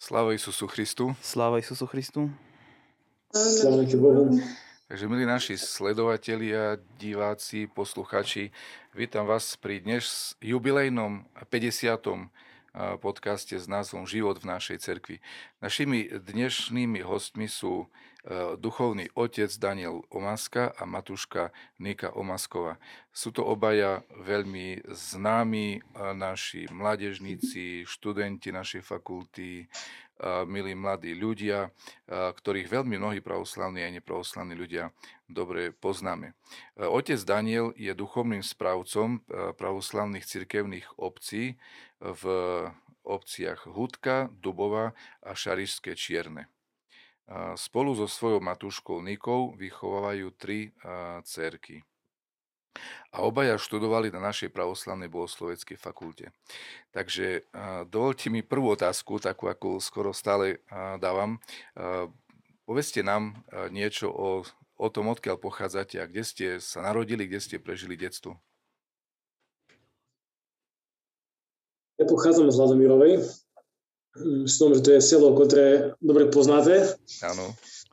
Sláva Isusu Christu. Sláva Isusu Christu. Sláva Bohu. Takže milí naši sledovatelia, diváci, posluchači, vítam vás pri dnes jubilejnom 50. podcaste s názvom Život v našej cerkvi. Našimi dnešnými hostmi sú duchovný otec Daniel Omaska a matuška Nika Omasková. Sú to obaja veľmi známi naši mládežníci, študenti našej fakulty, milí mladí ľudia, ktorých veľmi mnohí pravoslavní a nepravoslavní ľudia dobre poznáme. Otec Daniel je duchovným správcom pravoslavných cirkevných obcí v obciach Hudka, Dubova a Šarišské Čierne. Spolu so svojou matuškou Nikou vychovávajú 3 dcérky. A obaja študovali na našej pravoslavnej bohosloveckej fakulte. Takže dovoľte mi prvú otázku, takú ako skoro stále dávam. Povedzte nám niečo o tom, odkiaľ pochádzate a kde ste sa narodili, kde ste prežili detstvo. Ja pochádzam z Ladomírovej. Som, že to je selo, ktoré dobre poznáte. Áno.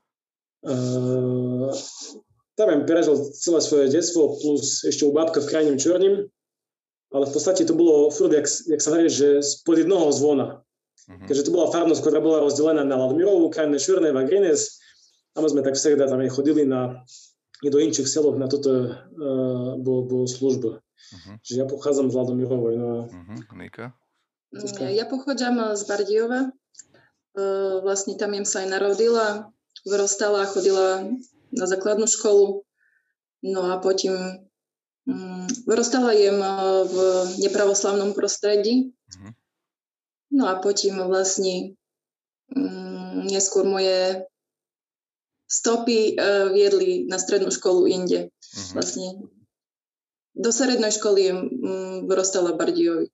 Tam prežil celé svoje detstvo, plus ešte u bábka v Krajním Čorním. Ale v podstate to bolo furt, jak sa hovorí, že spod jednoho zvona. Keďže to bola farnosť, ktorá bola rozdelená na Ladomírovú, Krajné Čorné, Vagrinec. A my sme tak всегда tam chodili i do inších selov na toto bolo služba. Čiže ja pochádzam z Ladomírovej. No. Nika? Ja pochádzam z Bardejova. Vlastne tam sa aj narodila, vyrastala, chodila na základnú školu. No a potom vyrastala jem v nepravoslavnom prostredí. No a potom vlastne neskôr moje stopy viedli na strednú školu inde. Vlastne do strednej školy vyrastala v Bardejovi.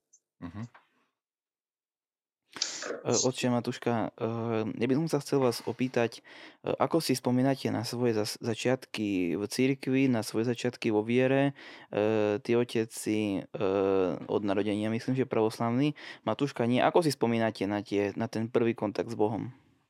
Otče Matuška, ja by som sa chcel vás opýtať, ako si spomínate na svoje začiatky v cirkvi, na svoje začiatky vo viere. Ty, otec, si od narodenia, myslím, že pravoslavný. Matuška nie. Ako si spomínate na ten prvý kontakt s Bohom?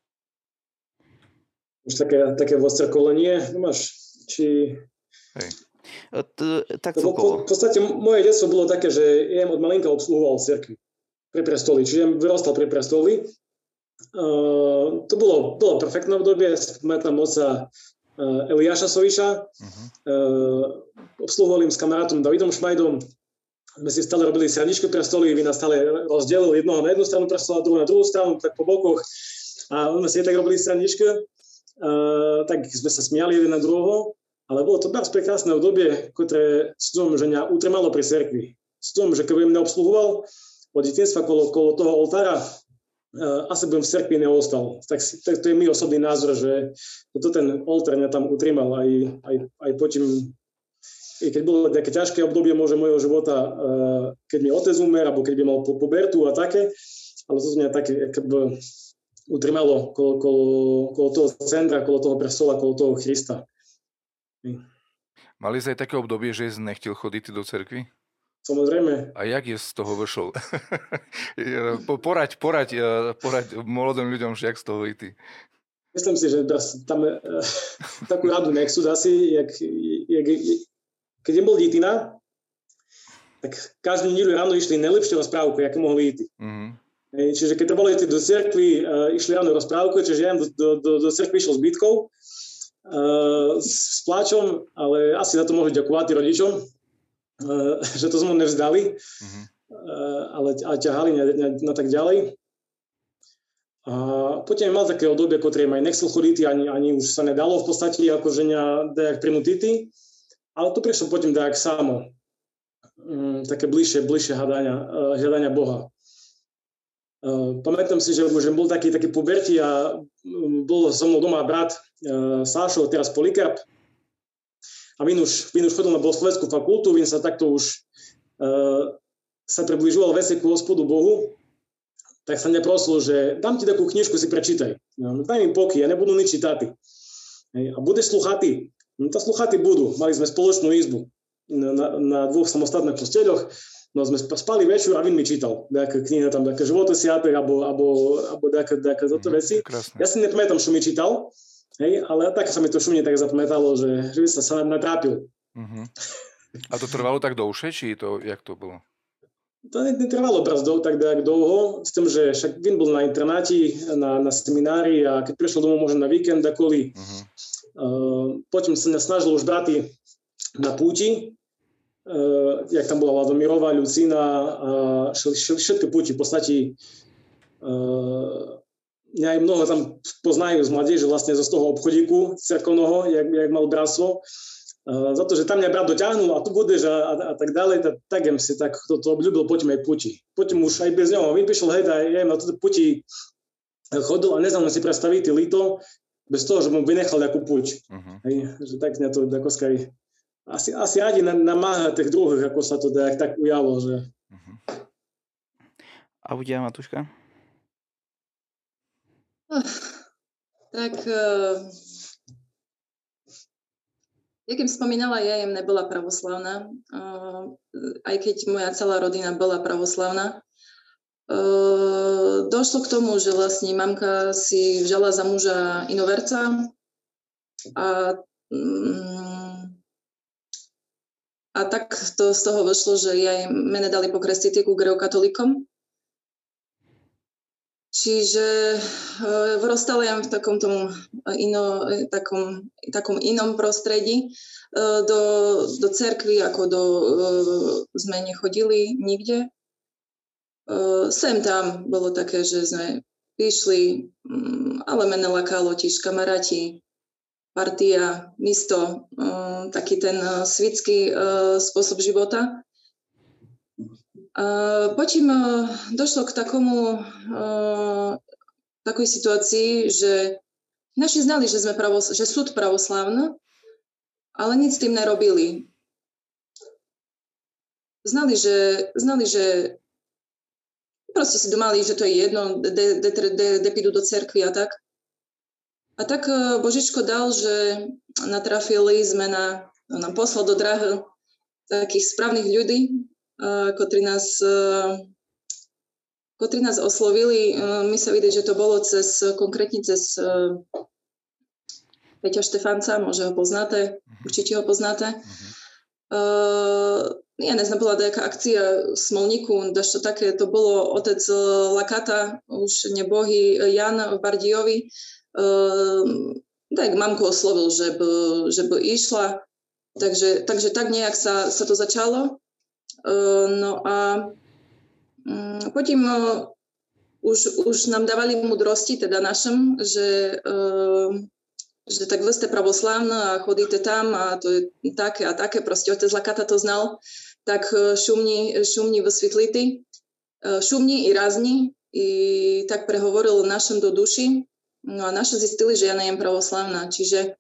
Už také vostrkolenie máš? Či... Hej. Tak celkovo. V podstate moje detstvo bolo také, že ja od malinka obsluhoval v cirkvi. Pri prestoli, čiže ja vyrastal pri prestoli. To bolo perfektné obdobie, pamätám moca Eliáša Soviša. Obsluhovali s kamarátom Davidom Šmajdom. My si stále robili sraničku prestoli, vy nás stále rozdelili jednoho na jednu stranu prestola, druhú na druhú stranu, tak po bokoch. A my si tak robili sraničku. Tak sme sa smiali jeden na druhého. Ale bolo to bardzo prekrásne obdobie, ktoré s tom, že mňa utrmalo pri cerkvi. S tom, že keď mňa obsluhoval od detinstva kolo toho oltára, asi bym v cerkvi neostal. Tak to je môj osobný názor, že to ten oltár mňa tam utrimal aj potom, keď bolo také ťažké obdobie môže mojho života, keď mi otec umer, alebo keď by mal pubertu a také, ale to mňa také utrimalo kolo toho centra, kolo toho prestola, kolo toho Krista. Mali ste aj také obdobie, že si nechtěl chodiť do cerkvy? Samozrejme. A jak je z toho vyšol? poraď mladým ľuďom, že jak z toho i ty. Myslím si, že tam takú radu nechcú asi, keď bol dítina, tak každú nedelu ráno išli najlepšie rozprávku, aké mohli ísť. Čiže keď to boli do cerkvy, išli ráno rozprávku, čiže ja do cerkvy išiel s bytkou, s pláčom, ale asi za to môžu ďakovať rodičom, že to sme nevzdali, ale ťahali na tak ďalej. A potom mal také obdobie, ktoré aj nechcel chodiť, ani už sa nedalo v podstate, akože dajak prinutiti, ale to prišlo potom dajak samo. Také bližšie hľadania Boha. Pamätám si, že bol taký puberti a bol so mnou doma brat Sášo, teraz Polikarp. A Vin už chodil na bohosloveckú fakultu, Vin sa takto už sa približoval veci ku Hospodu Bohu, tak sa mňa prosil, že dám ti takú knižku, si prečítaj. Daj mi pokoj, ja nebudú nič čítať. A budeš sluchatý. No to sluchatý budú. Mali sme spoločnú izbu na 2 samostatných posteľoch. No sme spali večer a vin mi čítal. Nejaká kniha tam, nejaká životosiatek, alebo nejaká toto veci. Ja si nepamätám, čo mi čítal, hej, ale tak sa mi to šumne tak zapamätalo, že by sa natrápil. A to trvalo tak dlhšie, či to, jak to bolo? To netrvalo tak dlho, s tým, že však vin bol na internáti, na seminári a keď prišiel domov možno na víkend, akoli. Potom sa snažil už brati na púti, jak tam bola Vladomirová, Lucina a všetky púti v podstate aj mnoho tam poznajú z mladieže vlastne zo toho obchodíku cerkovnoho, jak mal bratstvo. Za to, že tam mňa brat doťahnul a tu budeš a tak ďalej, tak jem si tak to obľúbil, poďme aj puti. Potom už aj bez ňoho vypišol, hej, ja jem na toto puti chodil a neznal si predstaviť Lito bez toho, že mu vynechal nejakú puť. Hej, že tak mňa to ako skaj asi radi namáha tých druhých, ako sa to tak ujalo, že... A u ťa, Matúška? Tak... Jak im spomínala, ja jem nebola pravoslavná, aj keď moja celá rodina bola pravoslavná. Došlo k tomu, že vlastne mamka si vzala za muža inoverca a tak to z toho vyšlo, že jej mene dali pokrstiť ku greokatolíkom. Čiže vyrostala ja v takom inom prostredí. Do cerkvy ako sme nechodili nikde. Sem tam bolo také, že sme prišli, ale mene lakalo tiež kamaráti, partia, misto, taký ten svitský spôsob života. Potom došlo k takej situácii, že naši znali, že súd pravoslávna, ale nic s tým nerobili. Znali, že proste si domali, že to je jedno, pídu do cerkvy a tak. A tak Božičko dal, že natrafili sme nám poslal do dráhy takých správnych ľudí, ktorí nás oslovili. My sa vidí, že to bolo konkrétne cez Peťa Štefanca, môže ho poznáte, určite ho poznáte. Ja neznám, bola nejaká akcia v Smolníku, dašto také, to bolo otec Lakata, už nebohý Jan v Bardiovi. Tak mamku oslovil, že by išla, takže tak nejak sa to začalo. No a potom už nám dávali múdrosti, teda našim, že tak vy ste pravoslávna a chodíte tam a to je také a také, proste otec Lakata to znal, tak šumni vysvetliti, šumni i razni i tak prehovoril našim do duši, no a naši zistili, že ja nejem pravoslávna, čiže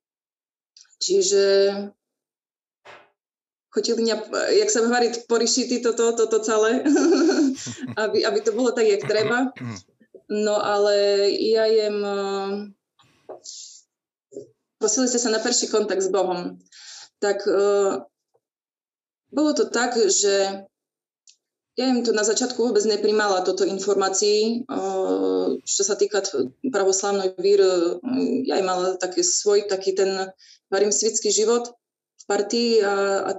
chodili mňa, jak sa hovorí, porišiti toto celé, aby to bolo tak, jak treba. No ale ja jem... Prosili ste sa na prvý kontakt s Bohom. Tak bolo to tak, že ja im to na začiatku vôbec neprimala toto informácií, čo sa týka pravoslávnej víry. Ja im mala taký ten, varím, svitský život v partii a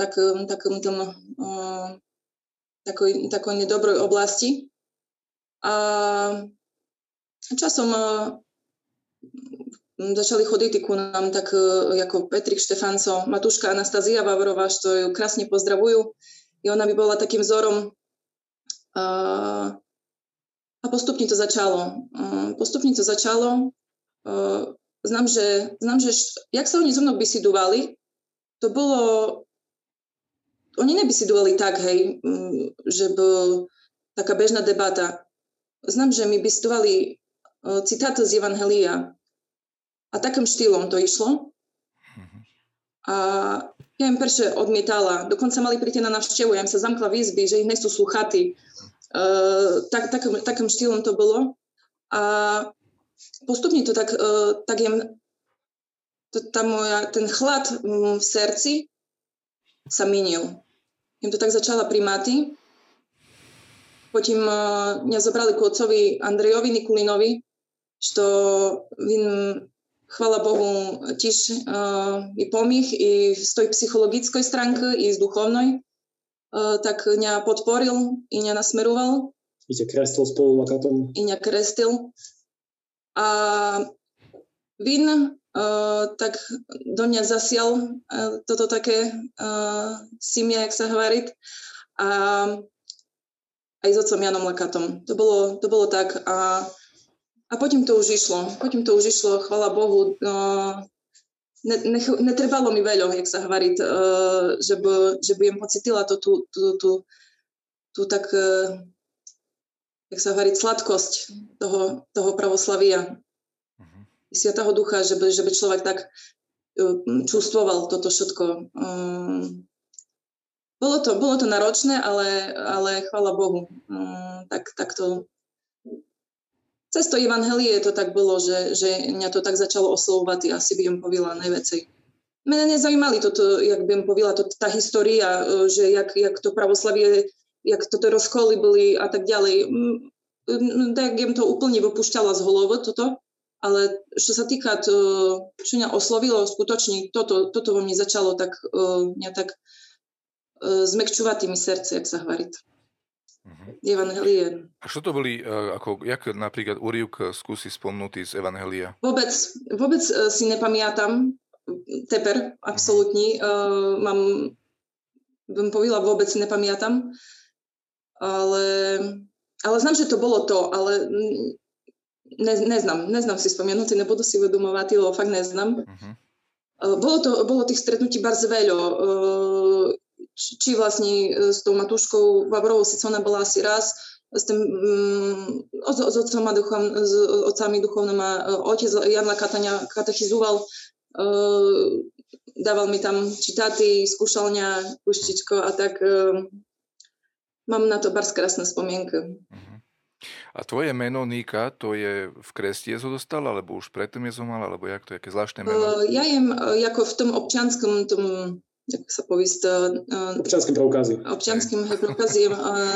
takoj nedobrej oblasti. A časom začali chodiť ku nám tak ako Petrik Štefanco, Matúška Anastázia Vavrová, čo ju krásne pozdravujú. I ona by bola takým vzorom. A postupne to začalo. Znam, že jak sa oni so mnou bisidovali, to bolo... Oni nebisidovali tak, hej, že by taká bežná debata. Znam, že mi bisidovali citáty z Evangelia. A takým štýlom to išlo. A ja im perše odmietala. Dokonca mali prísť na návštevu. Ja im sa zamkla v izby, že ich nesú sluchaty. Takým štýlom to bolo. A postupne to tak jem... Ten chlad v srdci sa minil. Kým to tak začala primáty. Потім мене забрали к отцові Андреєві Никулінові, що він, хвала Богу, тіж і поміг і з тої психологічної странки, і з духовної. Так мене підпорив і мене насмерував. I ťa krestil spolu lakatom. I мене крестил. A він tak do mňa zasial toto také simia, jak sa hovorí. A aj s otcom Janom Lakatom. To bolo tak. A potom to už išlo. Chvala Bohu. Netrvalo mi veľa, jak sa hovorí, že by jem pocitila tú tak, jak sa hovorí, sladkosť toho pravoslavia. Sviatého Ducha, že by človek tak čувствoval toto všetko. Bolo to náročné, ale chvála Bohu. Tak to... Cez to Evangelie to tak bolo, že mňa to tak začalo oslovovať a asi by im povedala najvecej. Mene nezajímali toto, jak by im povedala, tá história, že jak to pravoslavie, jak toto rozkoly boli a tak ďalej. Tak im to úplne vypúšťala z hlavy toto, ale čo sa týka to, čo mňa oslovilo skutočne, toto vo mne začalo tak mňa tak zmekčovať mi srdce, jak sa hovorí. Evangelie. A čo to boli, jak napríklad úryvk skúsi spomnutý z Evangelia? Vôbec si nepamiatam, teper, absolútne. Bym povedala, vôbec si nepamiatam, ale znam, že to bolo to, ale neznám si spomenúť, nebudu si uvedomovať, lebo fakt neznám. Bolo tých stretnutí bardzo veľa. Či vlastne s tou Matúškou Vavrovou, síce ona bola asi raz, s otcami duchovnými, otec Jan Lakataňa katechizoval, dával mi tam čitáty, skúšal mňa puštičko a tak mám na to bardzo krásne spomienky. A tvoje meno Nika, to je v kreste Jezu dostal, alebo už predtým Jezu mal, alebo jak to je, aké zvláštne meno? Ja jem ako v tom občianskom, jak sa povist... Občianským preukazy. Občianským preukazy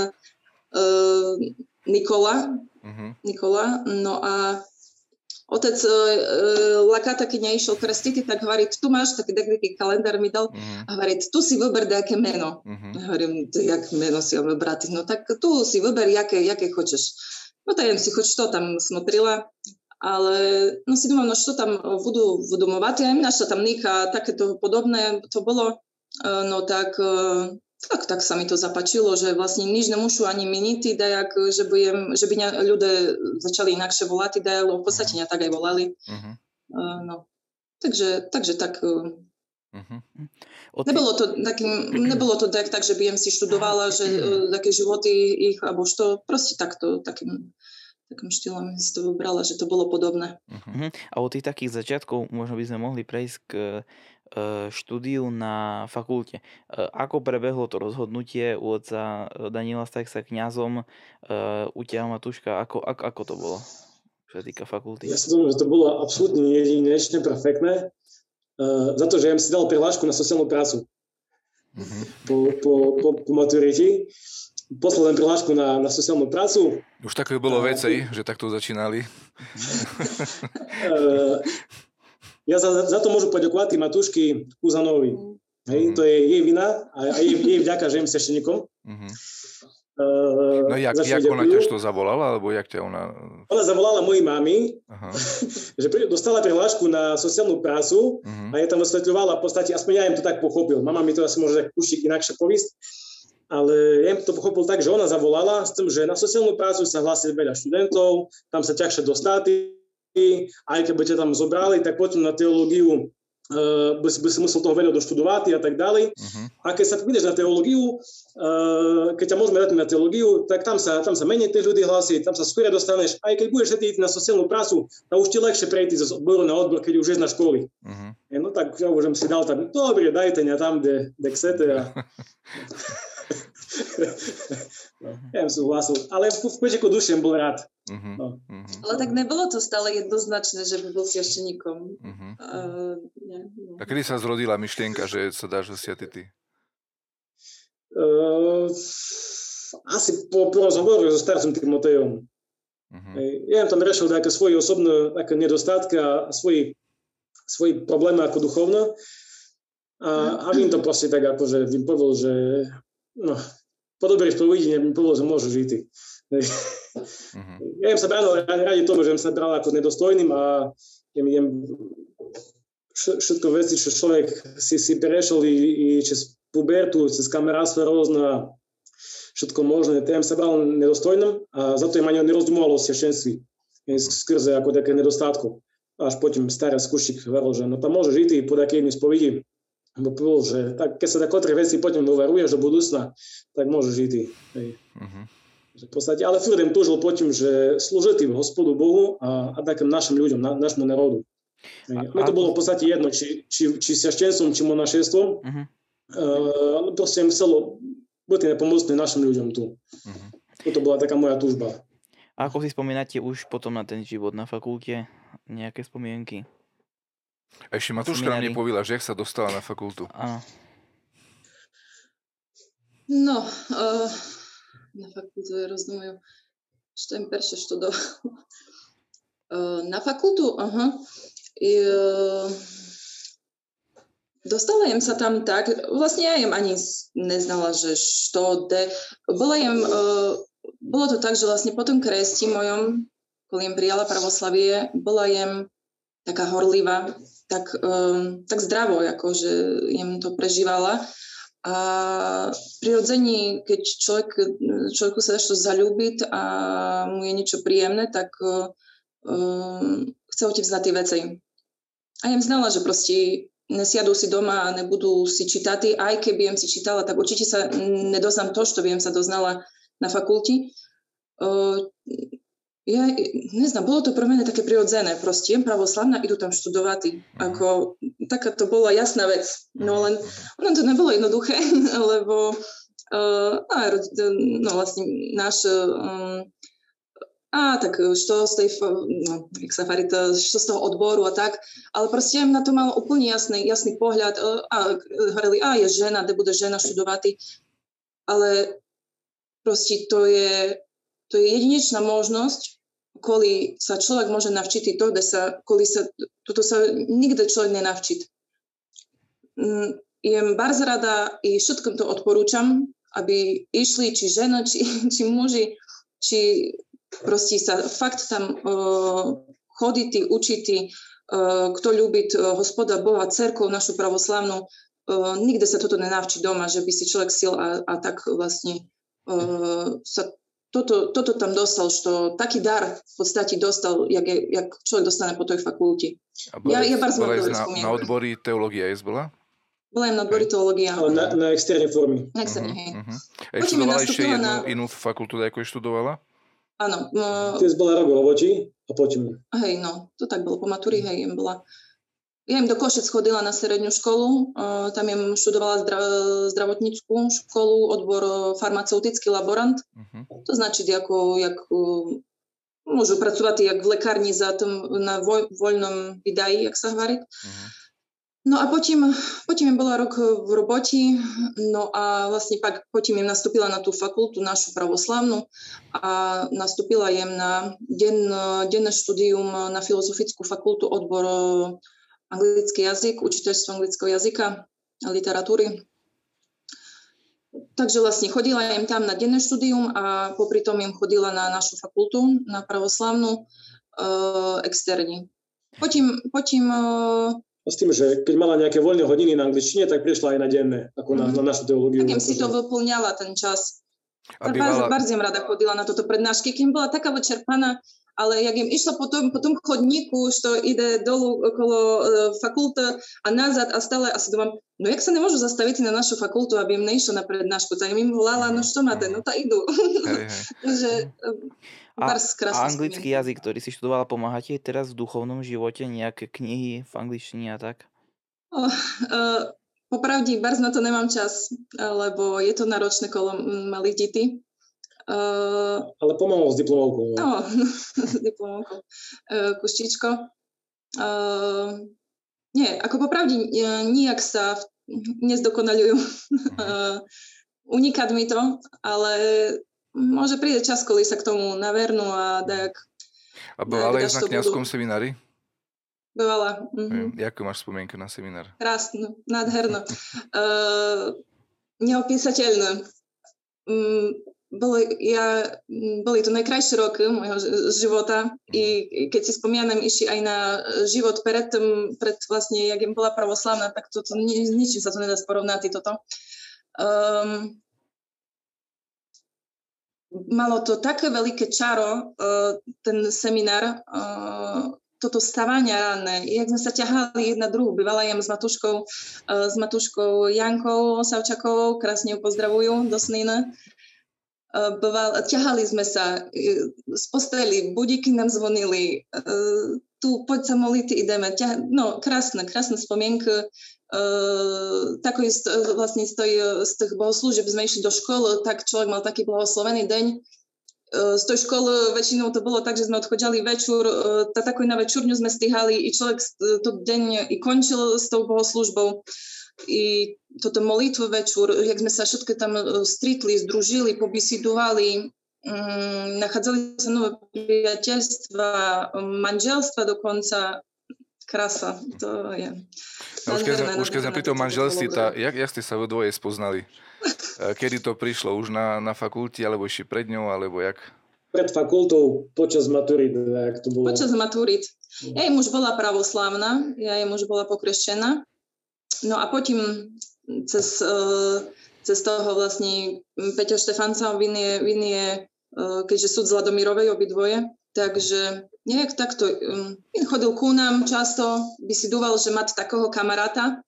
Nikola. No a otec Lakata, keď neišiel krstiť, tak hovorí, tu máš taký kalendár mi dal a hovorí, tu si vyber nejaké meno. Hovorím, jak meno si vybrať? No tak tu si vyber, jaké хочeš. No tak si choď to tam smotrila. Ale no si думав, що там буду видумувати. Я нашла там Nika, také to podobné to bolo. No tak sa mi to zapáčilo, že vlastne nič nemôžu ani meniť, že by ľudia začali inakšie volať, lebo v podstate tak aj volali. No. Takže tak... Nebolo to tak, že by jem si študovala, že také životy ich, alebo što, proste takto, takým štýlom si to vybrala, že to bolo podobné. A od tých takých začiatkov možno by sme mohli prejsť k štúdiu na fakulte. Ako prebehlo to rozhodnutie u otca Daniela stať sa kňazom, u teba Matúška, ako to bolo, čo sa týka fakulty? Ja si domňujem, že to bolo absolútne jedinečné, perfektné, za to, že ja si dal prihlášku na sociálnu prácu po maturite. Poslal len prihlášku na sociálnu prácu. Už také bolo veci, že takto začínali. Ja za to môžu poďakovať tým Matúšky Kuzanovi. Hej, to je jej vina a jej vďaka, že jem svešeníkom. No jak ona ťa to zavolala, alebo jak ťa ona... Ona zavolala mojej mami, že dostala prihlášku na sociálnu prácu a je tam vysvetľovala v podstate, aspoň ja im to tak pochopil. Mama mi to asi môže tak puštiť inakšie povísť. Ale ja to pochopil tak, že ona zavolala s tým, že na sociálnu prácu sa hlási veľa študentov, tam sa ťažšie dostáti, aj keď by ťa tam zobrali, tak potom na teológiu by si musel toho veľa doštudovať a tak ďalej. A keď sa pôjdeš na teológiu, keď ťa môžeme dať na teológiu, tak tam sa menej tí ľudí hlási, tam sa skôr dostaneš, aj keď budeš ísť na sociálnu prácu, tak už ti ľahšie prejти z odboru na odbor, keď už ješ na školy. No tak ja už si dal tak, dobre, dajte mňa tam, kde chcete. Ja im súhlasil, ale v pečiku dušiem bol rád. No. Ale tak nebolo to stále jednoznačné, že by bol svešteníkom. A kedy sa zrodila myšlienka, že sa dáš zasviatiť ty? asi po rozhovoru so starcom Timotejom. Ja tam riešil také svoje osobné také nedostatky a svoje problémy ako duchovno. A im to proste tak akože im povedal, že no, po dobrých spovedeniach mi povedal, že môžu žiť. Ja im sa bral radi tomu, že im sa bral ako nedostojným a im všetko veci, čo človek si prešiel i cez pubertu, cez kamarátstvo rôzne a všetko možné. Ja im sa bral nedostojným a za to im ani nerozumelo o svešenství. Skrze ako také nedostatku. Až potom starý skúšik hovoril, že no tam môže žiť po takej jednej spovedi. Bo povedal, že tak, keď sa takotre veci potom uvaruješ do budúcna, tak môže žiť. V podstate, ale furt im túžil potom, že slúžiť Hospodu Bohu a takým našim ľuďom, našmu národu. Mne to bolo v podstate jedno, či sveštenstvom, či monašestvom, ale proste im chcelo byť nepomocný našim ľuďom tu. To bola taká moja túžba. A ako si spomínate už potom na ten život na fakulte? Nejaké spomienky? Ešte Matúška nám nepovedala, že jak sa dostala na fakultu. Áno. No, na fakultu je rozumejú. Što im perše študoval. Na fakultu, dostala jem sa tam tak, vlastne ja jem ani neznala, že što de. Bolo to tak, že vlastne po tom kresti mojom, keď jem prijala pravoslavie, bola jem taká horlivá, tak zdravo, akože jem to prežívala. A prirodzení, keď človeku sa daš to zaľúbiť a mu je niečo príjemné, tak chce otevzdať tie veci. A jem znala, že proste nesiadú si doma a nebudú si čítať, aj keby jem si čítala, tak určite sa nedoznam to, čo by jem sa doznala na fakulti. Ja neznám, bolo to pre mňa také prirodzené. Proste jem pravoslavná, idú tam študovať. Ako, taká to bola jasná vec. No len ono to nebolo jednoduché, lebo vlastne náš tak što z tej, jak sa farí, što z toho odboru a tak, ale proste na to mal úplne jasný pohľad. Hovorili, je žena, kde bude žena študovať. Ale proste to je jedinečná možnosť, kvôli sa človek môže navčiť to, toto sa nikde človek nenavčiť. Jem bardzo rada i všetkom to odporúčam, aby išli či žena, či muži, či proste sa fakt tam choditi, učiti, kto ľúbi Hospoda Boha, cerkov našu pravoslavnú, nikde sa toto nenavčí doma, že by si človek sil a tak vlastne sa toto tam dostal, što taký dar v podstate dostal, jak človek dostane po tej fakulti. Ja bardzo mám dobré spomienky. Na odbory teológia bola? Bola na odbory teológia. Na externé formy. Na externé, hej. Študovala ešte inú fakultu, ako študovala? Áno. Ty bola rok v Roboči a potom. Hej, no, to tak bolo po matúri, hej, bola. Ja im do Košec chodila na strednú školu, tam im študovala zdravotníckú školu, odbor farmaceutický laborant. To znači, jak môžu pracovať jak v lekárni na voľnom vydaji, jak sa hovorí. No a potom im bola rok v roboti, no a vlastne potom im nastúpila na tú fakultu našu pravoslavnú a nastúpila im na denné štúdium na filozofickú fakultu odbor anglický jazyk, učiteľstvo anglického jazyka a literatúry. Takže vlastne chodila im tam na denné štúdium a popri tom im chodila na našu fakultu, na pravoslavnú, externí. Potom s tým, že keď mala nejaké voľné hodiny na angličtine, tak prišla aj na denné, ako na našu teológiu. Tak im si to vyplňala ten čas. Bardzo im rada chodila na toto prednášky, kým bola taká vyčerpaná, ale jak im išla po tom chodníku, što ide dolu okolo fakulta a nazad a stále a si domám, no jak sa nemôžu zastaviť na našu fakultu, aby im neišlo na prednášku, tak im volala, no što máte, no tá idú. Takže a anglický jazyk, ktorý si študovala, pomáha ti teraz v duchovnom živote, nejaké knihy v angličtine a tak? Popravdí, bardzo na to nemám čas, lebo je to náročné kolo malých detí. Ale pomohol s diplomovkou. No, s diplomovkou. Kuštičko. Nie, ako popravdí, nijak sa nezdokonaľujú. unikat mi to, ale môže príde čas, kedy sa k tomu navernu a tak. A bola aj na kňazskom seminári? Bola. Jakú máš spomienku na seminár? Krásno, nádherno. Neopísateľné. Boli to najkrajšie roky môjho života i keď si spomínam ešte aj na život pred vlastne, jak im bola pravoslávna, tak to ničím sa to nedá sporovnať toto. Malo to také veľké čaro, ten seminár, toto stávanie ranné, jak sme sa ťahali jedna druhú, bývala jem s Matuškou Jankou Savčakovou, krásne ju pozdravujú do Snina. Ťahali sme sa z posteli, budíky nám zvonili, tu poď sa moliť, ideme. Krásne spomienky. Takový vlastne z tých bohoslúžieb sme išli do školy, tak človek mal taký blahoslovený deň. Z tej školy väčšinou to bolo tak, že sme odchodili večer, takú na večerňu sme stihali i človek to deň i končil s tou bohoslúžbou. I toto molitvu večer, jak sme sa všetky tam stretli, združili, pobisidovali, nachádzali sa nové priateľstva, manželstva dokonca. Krása, to je. Už keď sme pri tom manželství, jak ste sa v dvoje spoznali? Kedy to prišlo? Už na fakulte, alebo ešte pred ňou, alebo jak? Pred fakultou, počas maturít, jak to bolo. Počas maturít. Jej muž bola pravoslávna, jej muž bola pokreštená. No a potom cez toho vlastne Peťa Štefanca, on je keďže súd z Ladomírovej obidvoje, takže nejak takto, chodil ku nám často, by si dúval, že mať takého kamaráta,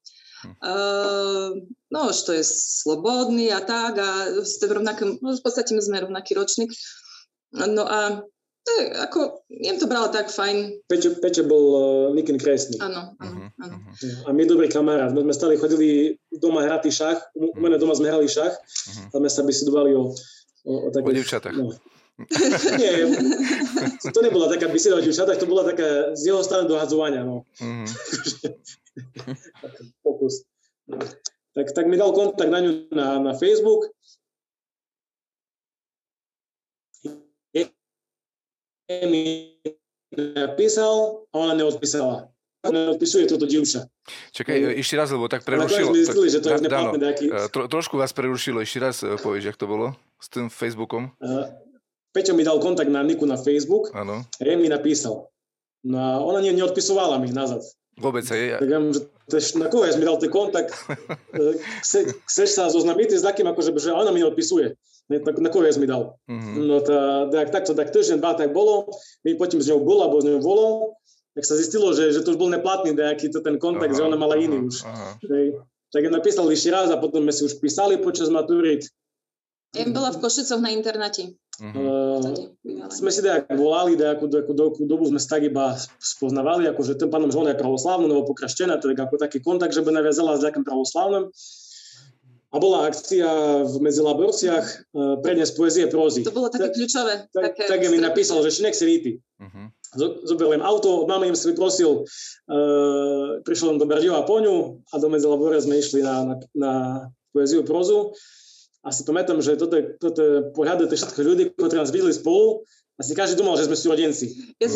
že to je slobodný a tak, a ste v podstate my sme rovnaký ročník. No a ako, jem to brala tak fajn. Peťo bol Nikin kresný. Áno. A my dobrý kamarát. My sme stále chodili doma hrať šach. U mene doma sme hrali šach. A sme sa bisedovali o takých... O dievčatách. No. Nie, to nebola taká biseda o dievčatách, to bola taká z jeho strany dohadzovania. No. Pokus. Tak mi dal kontakt na ňu na Facebook. Mi napísal a ona neodpísala. Neodpisuje toto dievča. Čakaj, ešte raz, lebo tak prerušilo. Mysleli, že to je neplatné nejaký... Trošku vás prerušilo, ešte raz povieš, jak to bolo s tým Facebookom? Peťo mi dal kontakt na Niku na Facebook. Áno. A mi napísal. No a ona neodpisovala mi nazad. Vôbec sa je. Tak ja že na koho mi dal ten kontakt? Chceš sa zoznamiť s takým, akože, že ona mi neodpisuje. Na koho mi dal. No tak týždeň, dva tak bolo. My potom s ňou bol, alebo s ňou volal. Tak sa zistilo, že to už bol neplatný nejaký ten kontakt, že ona mala iný už. Tak ja napísal ešte raz a potom sme si už písali počas maturít. Ja bola v Košicoch na internáte. Sme si volali, nejakú dobu sme sa tak iba spoznavali, akože ten pánom, že ona je pravoslávna, novo pokraštená, tak ako taký kontakt, že by naviazala s nejakým pravoslávnym. A bola akcia v Medzilaborciach prednes poezie prózy. To bolo také kľúčové. Tak mi napísal, že nech si lípi. Zoberiem auto, od máme im si vyprosil, prišiel do Berdiova Poňu a do Medzilabore sme išli na poeziu prózu. A si pamätám, že toto je pohľad tých všetkých ľudí, ktorí nás videli spolu, a si každý думал, že sme súrodenci. Ja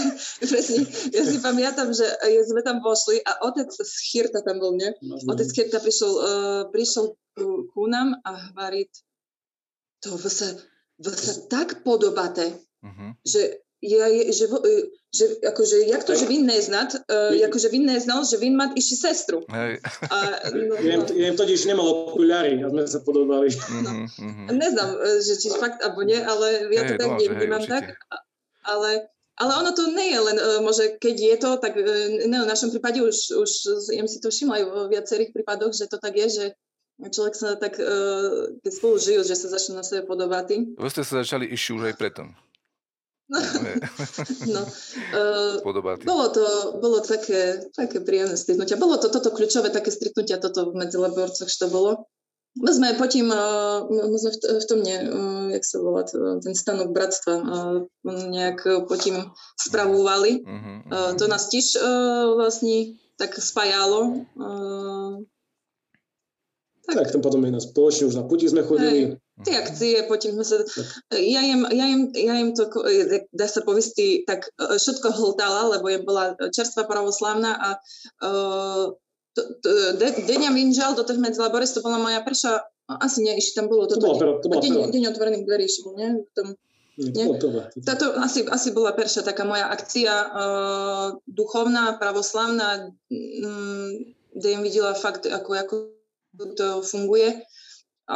si pamätám, že sme tam vošli a otec Schirta tam bol, nie? Otec Schirta prišiel ku nám a hovorí, to vy sa tak podobáte, že akože, jak to, že vy neznat, akože vy neznal, že vy mať ešte sestru. Ja im totiž nemal okuliári a sme sa podobali. Neznám, že či fakt, alebo nie, ale ja to tak nemám tak. Ale ono to nie je len, môže, keď je to, tak v našom prípade už jem si to všimla aj v viacerých prípadoch, že to tak je, že človek sa tak, keď spolu žijú, že sa začnú na sebe podobať. Vy ste sa začali ešte už aj preto. Bolo také príjemné stretnutia. Bolo to toto kľúčové také stretnutia, toto v Medzilaborcoch, čo bolo. My sme potom, v tom, jak sa volá, ten stanok bratstva, nejak potom spravovali. To nás tiež vlastne tak spájalo. Tak tam potom aj na spoločne už na puti sme chodili. Tie akcie, potom sme sa... Ja im to, dá sa povesti, tak všetko hltala, lebo je bola čerstvá pravoslávna a Deňa Vinžal do tých Medzelabores, to bola moja prvá, asi nie, ešte tam bolo toto. Deň otvorených dverí, ešte bol, nie? Táto asi bola prvá taká moja akcia duchovná, pravoslavná, kde im videla fakt, ako to funguje. A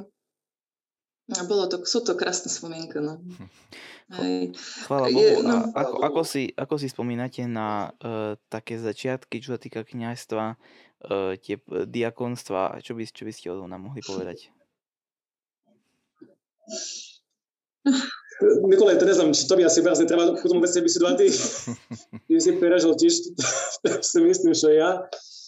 sú to krásne spomienky, no. Chvála Bohu. No. Ako si spomínate na také začiatky, čo sa týka kňazstva, tie diakonstva, čo by ste o tom nám mohli povedať? Nikolaj, to neznám, či to by asi vás netreba k tomu veci vysvetľovať. Ty si prežil tiež, si myslím, že ja.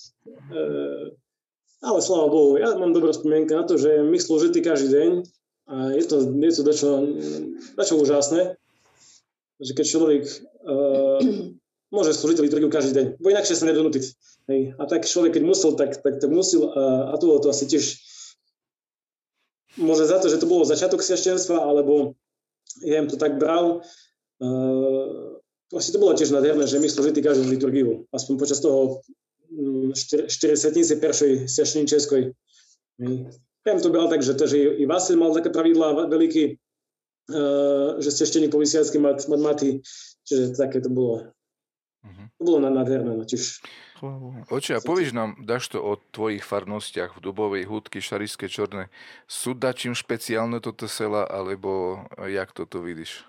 Ale sláva Bohu, ja mám dobrú spomienku na to, že my slúžili každý deň a je to dačo úžasné, že keď človek môže slúžiť liturgiu každý deň, bo inakšie sa nedonútiť. A tak človek, keď musel, tak musel a to asi tiež môže za to, že to bolo začiatok kresťanstva, alebo ja im to tak bral. Asi to bolo tiež nádherné, že my slúžili každú liturgiu, aspoň počas toho 4 setnice prvej svešeničeskej. Ja im to bral tak, že i Vasil mal také pravidlá veľký, že svešteník po vysiacky mať maty, čiže také to bolo. To bolo nádherné. Tiež. Oče, a povíš nám, dáš to o tvojich farnostiach v Dubovej, Húdky, Šarišské, Čorné. Sú dačím špeciálne toto sela, alebo jak toto vidíš?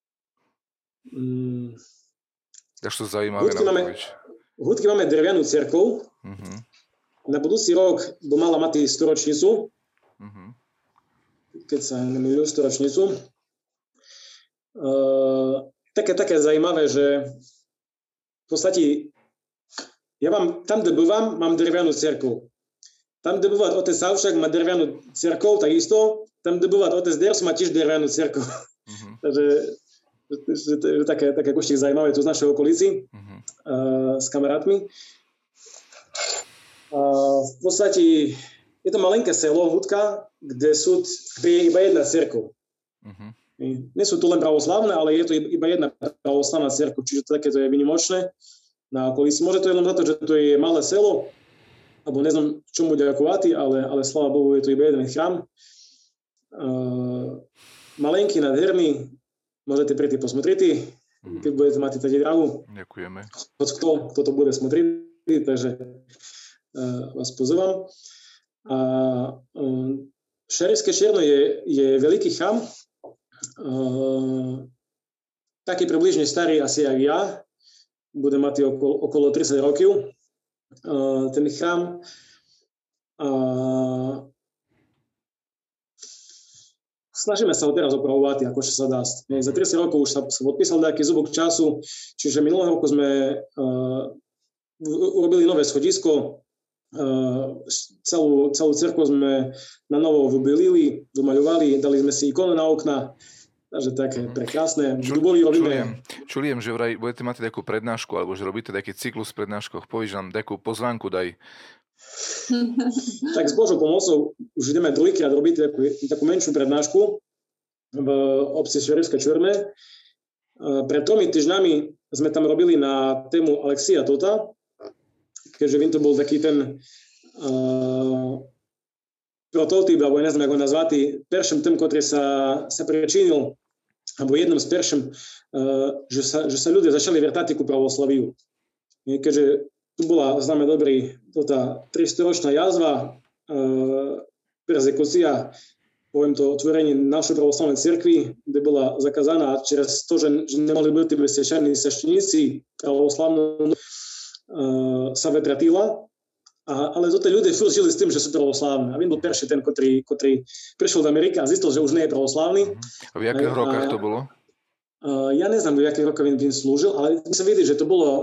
Dáš to zaujímavé na odpoveď. V Húdky máme drevianú cerkev. Na budúci rok bo mala mať storočnicu. Keď sa nemýlim, storočnicu. Také zaujímavé, že v podstate ja tam, kde bývam, mám drevianú cerkev. Tam, kde býva otec Savšak, má drevianú cerkev, takisto. Tam, kde býva otec Ders, má tiež drevianú cerkev. Takže to je také koštík zaujímavé tu z našej okolici s kamarátmi. V podstate je to malenké selo, Húdka, kde je iba jedna cerkev. Nie sú tu len pravoslavné, ale je to iba jedna pravoslavná cerkev, čiže takéto je výnimočné na okolici. Môže to je len za to, že to je malé selo, alebo neznám, čomu ďakovati, ale sláva Bohu, je to iba jeden chrám. Malenký, nádherný, môžete prísť posmotriť, keď budete mať tady drahu. Ďakujeme. Kto to bude smotriť, takže vás pozývam. Šarišské Černo je veľký chrám, taký približne starý asi jak ja, bude mať okolo 30 rokov ten chrám. Snažíme sa ho teraz opravovať, ako sa dá. Za 30 rokov už sa podpísal nejaký zubok času, čiže minulého roku sme urobili nové schodisko, celú cerkev sme na novo vybelili, domaľovali, dali sme si ikonu na okna, takže také prekrásne. Čujem, že vraj budete mať takú prednášku, alebo že robíte taký cyklus prednáškoch. Povíš nám takú pozvánku daj. Tak s Božou pomocou už ideme druhýkrát robiť takú menšiu prednášku v obci Šarišské Čorné. Pred 3 týždňami sme tam robili na tému Alexia Tota, keďže Vin to bol taký ten prototyp, alebo ja neviem, ako ho nazvati, perším tým, ktorý sa prečinil, alebo jednom z perším, že sa ľudia začali vrtať ku pravoslaviu. Keďže tu bola, známe dobrý, 300-ročná jazva, perzekúcia, poviem to, otvorenie našej pravoslavnej cirkvi, kde bola zakázaná čez to, že nemohli byť svešteníci pravoslavnú, sa vetratila. Ale toto ľudia furt žili s tým, že sú pravoslávni. A Vin bol prvý ten, ktorý prišiel do Ameriky a zistil, že už nie je pravoslávny. A v jakých rokách to bolo? Ja neznám, v jakých rokoch Vin slúžil, ale musím vidieť, že to bolo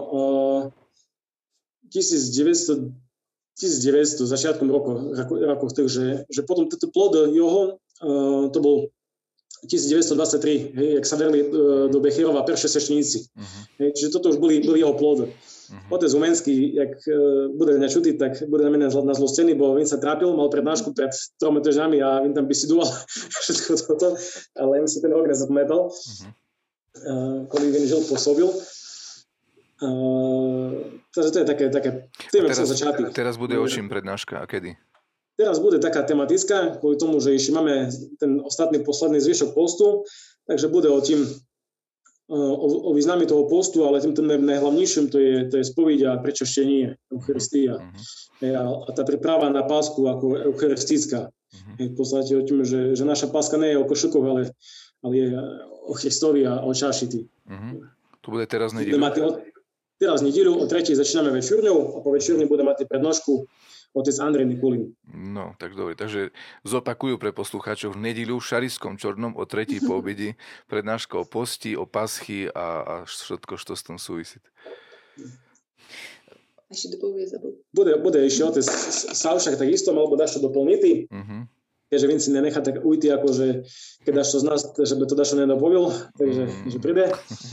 1900 začiatkom rokov tých, že potom tento plod jeho, to bol 1923, hej, jak sa verili do Becherova prvé svešteníci. Čiže toto už boli jeho plody. Otec Umenský, jak bude mňa čutiť, tak bude na mňa na zlostený, bo on sa trápil, mal prednášku pred 3 týždňami a on tam bisidoval všetko toto, ale on si ten rok nezapamätal, kolik on žil, pôsobil. Takže to je také teraz bude o čím prednáška a kedy? Teraz bude taká tematická, kvôli tomu, že ešte máme ten ostatný posledný zvyšok postu, takže bude o tým, o význame toho postu, ale tým najhlavnejším to je spoveď a prečaštenie Eucharistia. A tá príprava na pásku ako eucharistická. V podstate o tým, že naša páska nie je o košukoch, ale je o Christovi a o čašiti. To bude teraz nedeľu? Teraz nedeľu, o 3. začíname večerňou a po večerni bude mať prednášku otec Andrej Nikulin. No, tak dobre. Takže zopakujú pre poslucháčov v nedeľu v Šariskom Čornom o 3. po obedi prednáška o posti, o paschy a všetko, čo s tom súvisí. Ešte dopovie zabыл. Bude ešte otec Savšak takisto, alebo dáš to doplnitý. Keďže Vin si nenechá tak ujty, akože keď dáš to z nás, že by to dáš nedopovil, takže že príde.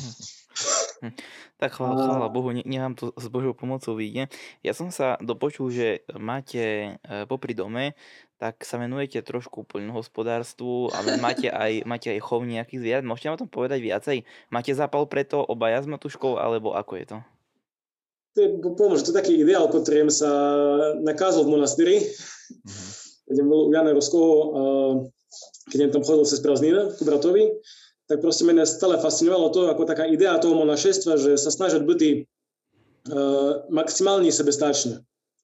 Tak chvála Bohu, nech vám to s Božou pomocou vyjde. Ja som sa dopočul, že máte popri dome, tak sa venujete trošku poľnohospodárstvu, ale máte aj chov nejakých zvierat. Môžete nám o tom povedať viacej? Máte zápal preto obaja s Matuškou, alebo ako je to? Pomôže, to je taký ideál, ktorým sa nakázal v monastíri. Keď bol u Jana Ruského, keď tam chodil cez prázdniny ku bratovi, tak proste mňa stále fascinovalo to, ako taká idea toho monašestva, že sa snažiť byť maximálne sebestačné.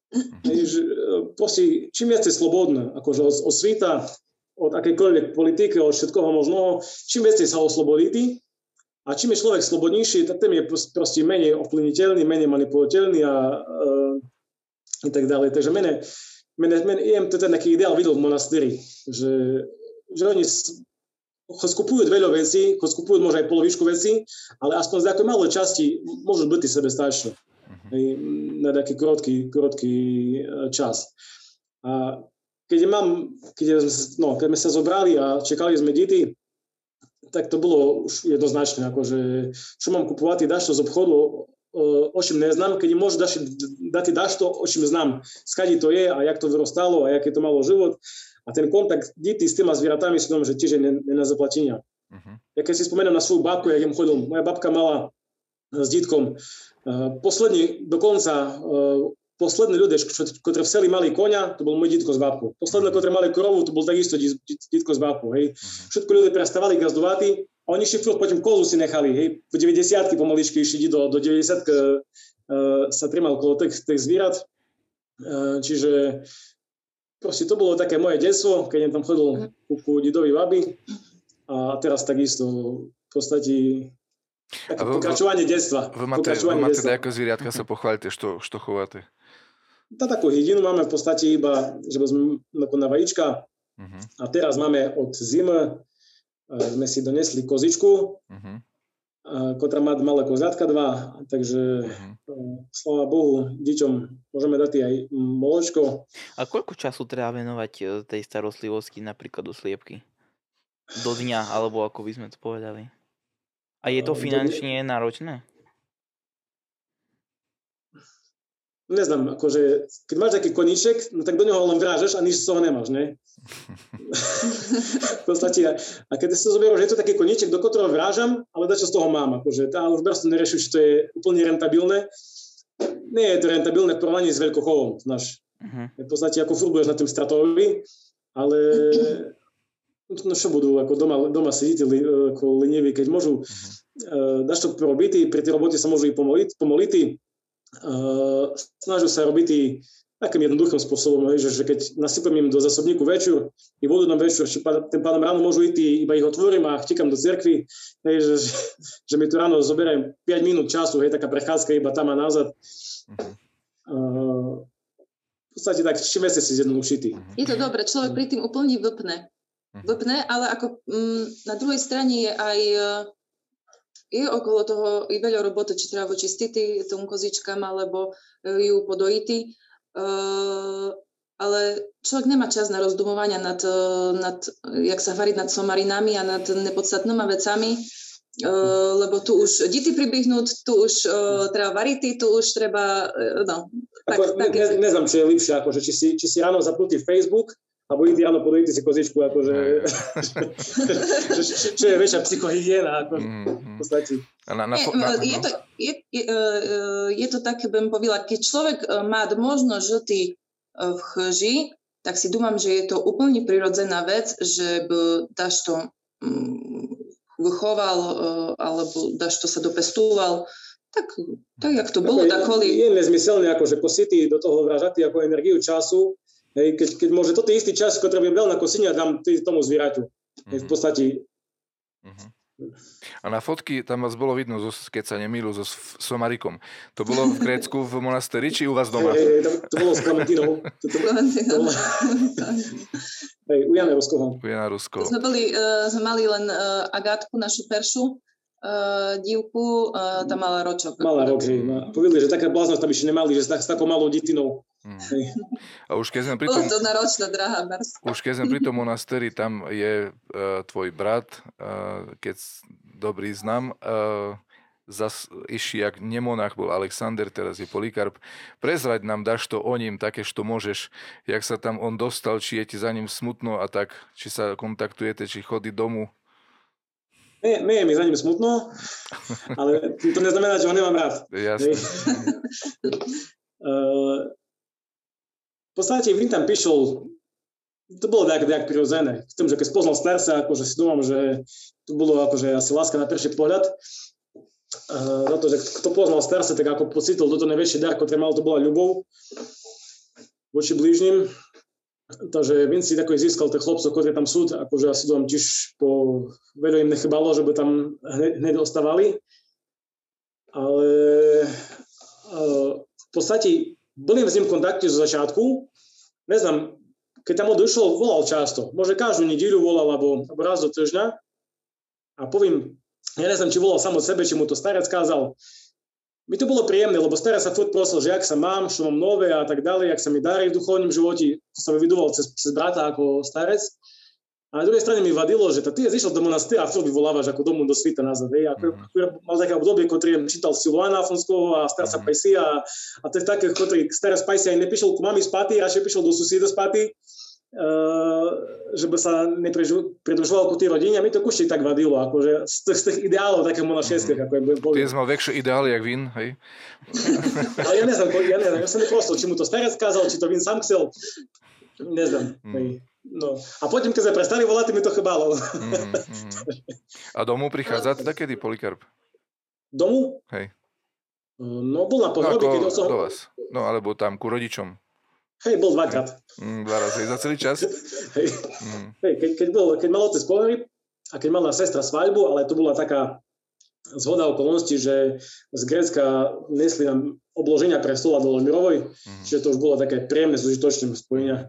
Proste čím viac je slobodné, akože od sveta, od akejkoľvek politiky, od všetkoho možného, čím viac sa oslobodí a čím je človek slobodnejší, tak tým je proste menej ovplyvniteľný, menej manipulateľný a tak ďalej. Takže mene to je taký ideál videl v monastíri, že oni skupujú veľa vecí, skupujú možno aj polovičku vecí, ale aspoň z nejakej malej časti môžu byť sebestačné na taký krótky čas. A keď sme sa zobrali a čakali sme deti, tak to bolo už jednoznačné, akože čo mám kupovať, dáš to z obchodu, o čím neznám, keď môžu dať to, o čím znám, skadi to je a jak to vyrostalo a jak je to malo život. A ten kontakt detí s týma zvieratami sú tom, že tiež je na zaplatenia. Ja keď si spomeniem na svoju babku, jak im chodil, moja babka mala s dítkom poslední ľudia, ktorí v seli mali koňa, to bol môj dítko s babkou. Poslední, ktorí mali korovu, to bol takisto dítko s babkou. Hej. Všetko ľudia prestávali gazdovať a oni ešte potom kozu si nechali. Hej. V 90-ky pomaličky išli do 90-ky sa trimal okolo tých zvierat. Čiže proste to bolo také moje detstvo, keď som tam chodil ku dedovi babi a teraz takisto v podstate také pokračovanie detstva. Vy máte teda ako zvieratka sa pochválite, što chováte? Takú hydinu máme v podstate iba, že sme na vajíčka a teraz máme od zimy, sme si donesli kozičku, ktorá má malé kozátka 2, takže sláva Bohu, deťom môžeme dať aj moločko. A koľko času treba venovať tej starostlivosti napríklad do sliepky? Do dňa, alebo ako by sme to povedali? A je to finančne náročné? Neznám, akože keď máš taký koníček, no tak do neho len vrážeš a nič z toho nemáš, ne? V podstate, a keď si zoberiem, že je to taký koníček, do ktorého vrážam, ale dačo z toho mám, akože tá už proste nerešujem, či to je úplne rentabilné. Nie je to rentabilné v porovnaní s veľkochovom, znáš. V podstate ako furt budeš na tým stratovi, ale no čo budú, ako doma sedíte ako leniví, keď môžu dáš to robiť, pri tej robote sa môžu i pomoliť, snažil sa robiť takým jednoduchým spôsobom, že keď nasypem im do zásobníku večer i vodu na večer, tým pádom ráno môžu ísť, iba ich otvorím a chtíkam do cerkvy, že mi tu ráno zoberiem 5 minút času, taká prechádzka iba tam a nazad. V podstate tak, čím viac si zjednodušitý. Je to dobré, človek pri tým úplne vypne, ale ako na druhej strane je aj je okolo toho i veľa roboty, či treba vočistiť tomu kozičkám, alebo ju podojiť. Ale človek nemá čas na rozdumovania nad jak sa variť nad somarinami a nad nepodstatnými vecami. lebo tu už deti pribehnúť, tu už treba variť, tu už treba, Neznám, čo je lepšie, akože, či si ráno zapnutý Facebook, alebo idí ráno podojiti si kozičku, akože, čo je väčšia psychohygiena, akože, v podstate. Je to také, budem povedala, keď človek má možno žltý v chrži, tak si dúfam, že je to úplne prirodzená vec, že dáš to vychoval, alebo dáš to sa dopestoval, tak jak to bolo, tak kvôli... Je nezmyselné, akože kosity do toho vražatý ako energiu času, hej, keď môže toto istý čas, ktorý by bol na kosini a dám tomu zvieraťu. V podstate... A na fotky tam vás bolo vidno, keď sa nemýlu, so somarikom. To bolo v Grécku v monastéri, či u vás doma? To bolo s Klementínou. U Jana Ruskoho. Sme mali len Agátku, našu peršu, dívku, tam mala ročok. Mala rok, hej. Povedali, že taká bláznosť tam ešte nemali, že s takou malou detinou. A už keď sme pri tom... Bolo to náročná, drahá bars. Už keď sme pri tom monastéri, tam je tvoj brat, keď dobrý znam, zas išiak nemonách bol Alexander, teraz je Polikarp. Prezrať nám, dáš to o ním, také, čo môžeš, jak sa tam on dostal, či je ti za ním smutno a tak, či sa kontaktujete, či chodí domu. Nie je mi za ním smutno, ale to neznamená, že ho nemám rád. Jasne. V podstate Vin tam prišiel, to bolo tak prirodzené. Chcem, že keď spoznal starca, akože si dúfam, že to bolo akože asi láska na prvý pohľad. Za to, že kto poznal starca, tak ako pocítil toto najväčší dar, ktorý mal, to bola ľubov voči blížnym. Takže Vin si takový získal tých chlopcov, ktorí tam sú, akože asi dúfam tiež po veľa im nechybalo, že by tam hneď ostávali. Ale v podstate boli s ním v kontakte zo začiatku. Neznám, keď tam odišiel, volal často. Môže každú nedíľu volal, alebo raz do týždňa. A poviem, ja neznám, či volal sám od sebe, či mu to starec kázal. Mi to bolo príjemné, lebo starec sa furt prosil, že jak sa mám, čo mám nové a tak ďalej, jak sa mi darí v duchovnom živote. To sa vyvidoval cez brata ako starec. A na druhej strane mi vadilo, že ty je zišiel do monastéra a furt vyvolávaš ako domu do svita nazad. Mal také obdobie, ktorý čítal Siluana Afonského a starca Pajsi a to je také, ktorý starec Pajsi aj neprišiel ku mami spáty, radšej prišiel do suseda spáty, že by sa nepridružoval ku tej rodine. A mi to kušti tak vadilo, akože z tých ideálov také monašenských. Ty mal väčšie ideály, jak Vin, hej? Ale ja neznám, ja som neprostil, či mu to starec kázal, či to Vin sám chcel. Neznám, hej. No. A potom, keď sme prestali volať, mi to chybalo. A domov prichádza teda kedy, Polikarp? Domu? Hej. No, bol na pohrobí, keď som... Do vás. No, alebo tam, ku rodičom. Hej, bol dvakrát. Dva razy za celý čas? Hej. Keď mal otec pohreb a keď mala sestra svadbu, ale to bola taká zhoda okolností, že z Grécka nesli nám obloženia pre stola do Lemirovoj, čiže to už bolo také príjemné s užitočným spojenia.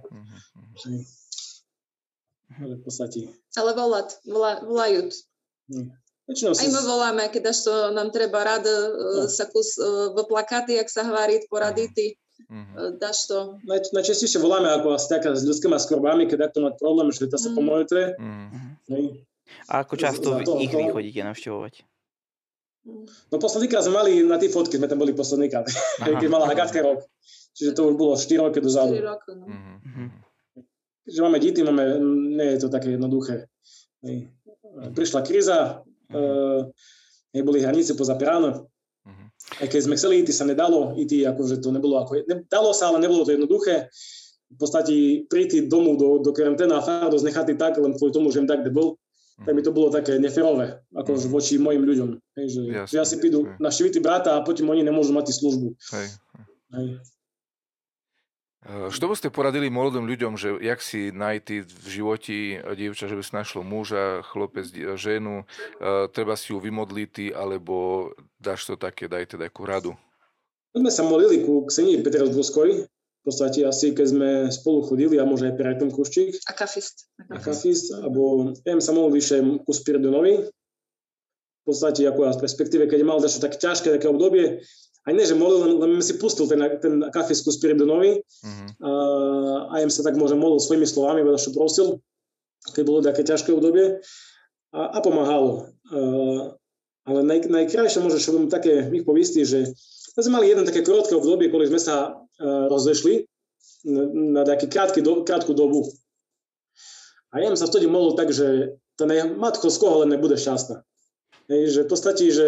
V podstate. Ale volajú. Aj my voláme, keď až to nám treba rád sa kus vyplakať, jak sa hváriť, poradiť, dáš to. Najčastejšie voláme ako asi taká s ľudskými skorbami, keď to má problém, že to sa pomôžete. A ako často ich vy chodíte navštevovať? No poslednýkrát sme mali, na tej fotke sme tam boli poslednýkrát, keď mala Agatka rok. Čiže to už bolo 4 roky dozadu. 4 roky, no. Keďže máme deti, nie je to také jednoduché. Prišla kríza, boli hranice pozapírané. Aj keď sme chceli ísť, sa nedalo ísť, akože to nebolo dalo sa, ale nebolo to jednoduché. V podstate prísť domu do karanténa a Fardos nechatý tak, len kvôli tomu, že im tak, kde bol, tak mi to bolo také neférové, akože voči mojim ľuďom. Že ja si prídu navštíviť brata a potom oni nemôžu mať službu. Hej. Što by ste poradili mladým ľuďom, že jak si nájti v živote dievča, že by si našlo muža, chlopec, ženu, treba si ju vymodliť, alebo dáš to také, dajte takú radu? My sme sa modlili ku Ksenii Petersburskoj, v podstate asi keď sme spolu chodili a možno aj pri ten Kuščík. Akafist, alebo ja sa modlil vyššie ku Spiridonovi. V podstate ako z perspektíve, keď mal dačo také ťažké také obdobie, aj nie, že modlil, len si pustil ten Akafist ku Spiridonovi a im sa tak možno modlil svojimi slovami, čo prosil, keď bolo také ťažké obdobie a pomáhalo. Ale najkrajšie možno, čo budem také ich povistí, že sme mali jedno také krátke obdobie, keď sme sa rozešli na takú krátku dobu. A ja sa vtedy molil tak, že tá matko z koho len nebude šťastná. Hej, že v podstate, že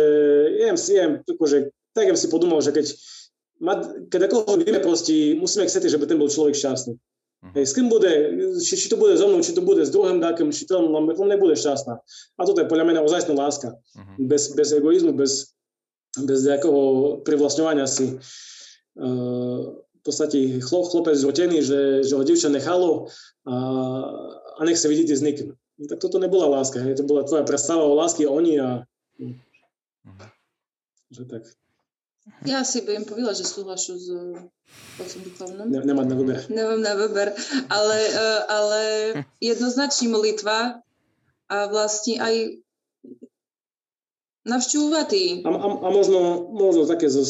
tak si podumol, že keď akoho vieme proste, musíme chcieť, že by ten bol človek šťastný. Hej, s kým bude, či to bude so mnou, či to bude s druhým dákom, či to nebude šťastná. A toto je podľa mňa ozajstná láska. Bez egoizmu, bez nejakého privlastňovania si. V podstate chlopec zhotený, že ho dievča nechalo a nech sa vidíte s nikým. Tak toto nebola láska, hej. To bola tvoja predstava o lásky a oni a... Že tak. Ja si budem povedať, že súhlašu s otcom duchovnom. Nemám na výber. Nemám na výber, ale jednoznačne molitva a vlastne aj navštevovať. A možno také zo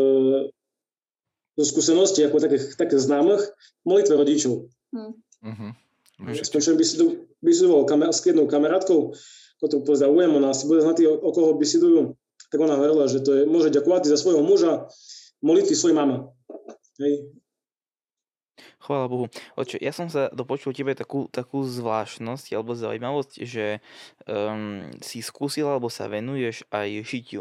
skúsenosti, ako také známych, molitve rodičov. Skončujem bisidoval s jednou kamarátkou, ktorú pozdravujem, ona si bude znať, o koho bisidujú, tak ona hovorila, že to je, môže ďakovať za svojho muža, molitvy svojej mama. Hej. Chvála Bohu. Oče, ja som sa dopočul tebe takú zvláštnosť alebo zaujímavosť, že si skúsil alebo sa venuješ aj šitiu.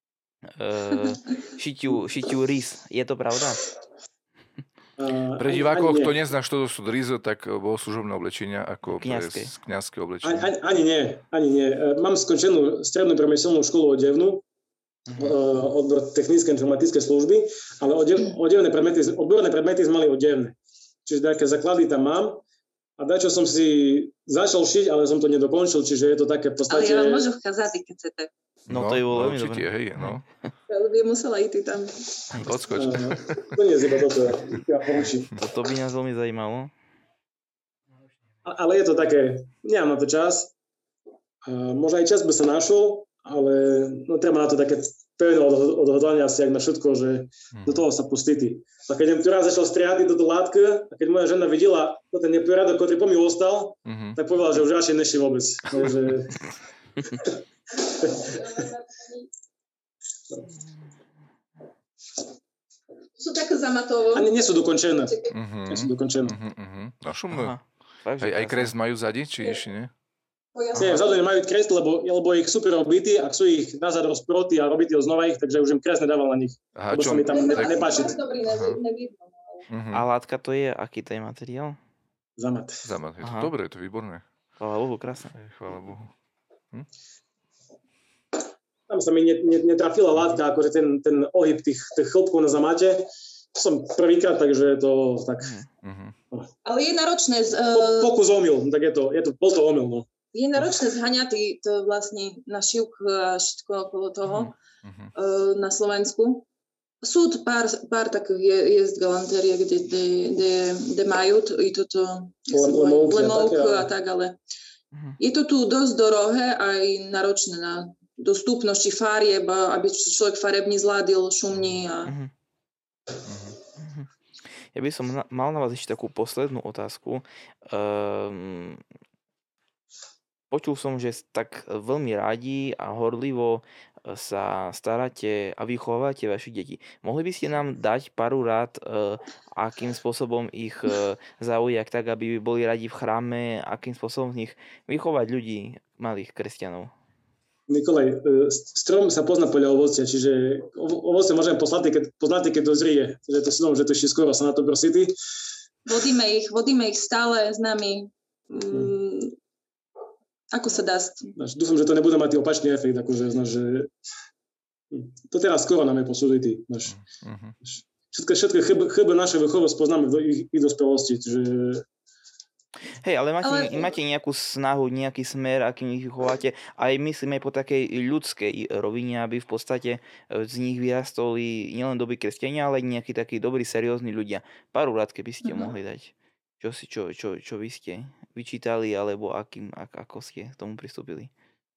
Šitiu rys. Je to pravda? Pre divákov, kto nezná, čo to sú rýzo, tak bolo služobné oblečenia ako kňazské oblečenie. Ani nie. Mám skončenú strednú priemyselnú školu odevnú, odbor technické informatické služby, ale odborné predmety sme mali odevné. Čiže také základy tam mám a dačo som si začal šiť, ale som to nedokončil, čiže je to také v podstate... Ale ja vám môžem ukázať, keď chcete. No to je bolo veľmi určite, dobré. hej, no. Ale by musela ísť tam. Odskoč. To nie je iba toto, ja poručím. To by nás veľmi zajímalo. Ale je to také, nemám na to čas. Možno aj čas by sa našol, ale treba na to také pevné odhodlanie asi jak na všetko, že do toho sa pustí. A keď som tu raz začal striať toto látko, a keď moja žena videla ten neporiadok, ktorý po mi ostal, tak povedala, že už radšej neši vôbec. Takže... Sú také zamatovo. Ani nie sú dokončené. No šumné. Aj kresť majú vzadi, či ešte nie? Nie, vzadu nemajú kresť, lebo ich super robíti a chcú ich nazad rozproti a robiť znova ich, takže už im kresť nedával na nich. Aha, lebo sa mi tam nepáči. A látka to je, aký to je materiál? Zamat. Je to dobré, je to výborné. Chvála Bohu, krásne. Chvála Bohu. Tam sa mi netrafila látka, akože ten ohyb tých chlopkov na zamate. To som prvýkrát, takže je to tak... Ale je náročné... Pokus omyl, tak bol to omyl, no. Je náročné zhaňať to vlastne na šivku a všetko okolo toho na Slovensku. Sú pár takých jest galantérie, kde majú i toto lemovku a tak, ale je to tu dosť drahé aj náročné na dostupnosti farieb, aby človek farebne zvládil šumní a... Ja by som mal na vás ešte takú poslednú otázku. Počul som, že tak veľmi radi a horlivo sa staráte a vychovávate vašich detí. Mohli by ste nám dať pár rád, akým spôsobom ich zaujať tak, aby boli radi v chráme, akým spôsobom z nich vychovať ľudí, malých kresťanov? Nikolaj, strom sa pozná podľa ovocia, čiže ovoce môžeme poznáte, keď dozrie. Takže to si dom, že to ešte skoro sa na to prosíti. Vodíme ich stále s nami. Ako sa dá? Dúfam, že to nebude mať opačný efekt, akože, že to teraz skoro nám je posúditý. Všetky chyby naše vychovy spoznáme v ich dospelosti, čiže... Hej, ale máte nejakú snahu, nejaký smer, akým ich vychováte, aj myslím aj po takej ľudskej rovine, aby v podstate z nich vyrastoli nielen dobrí kresťania, ale nejakí takí dobrí, seriózni ľudia. Pár rád, keby ste mohli dať. Čo vy ste vyčítali, alebo ako ste k tomu pristúpili?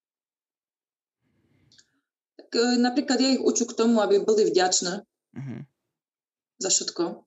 Tak napríklad ja ich uču k tomu, aby boli vďačné za všetko.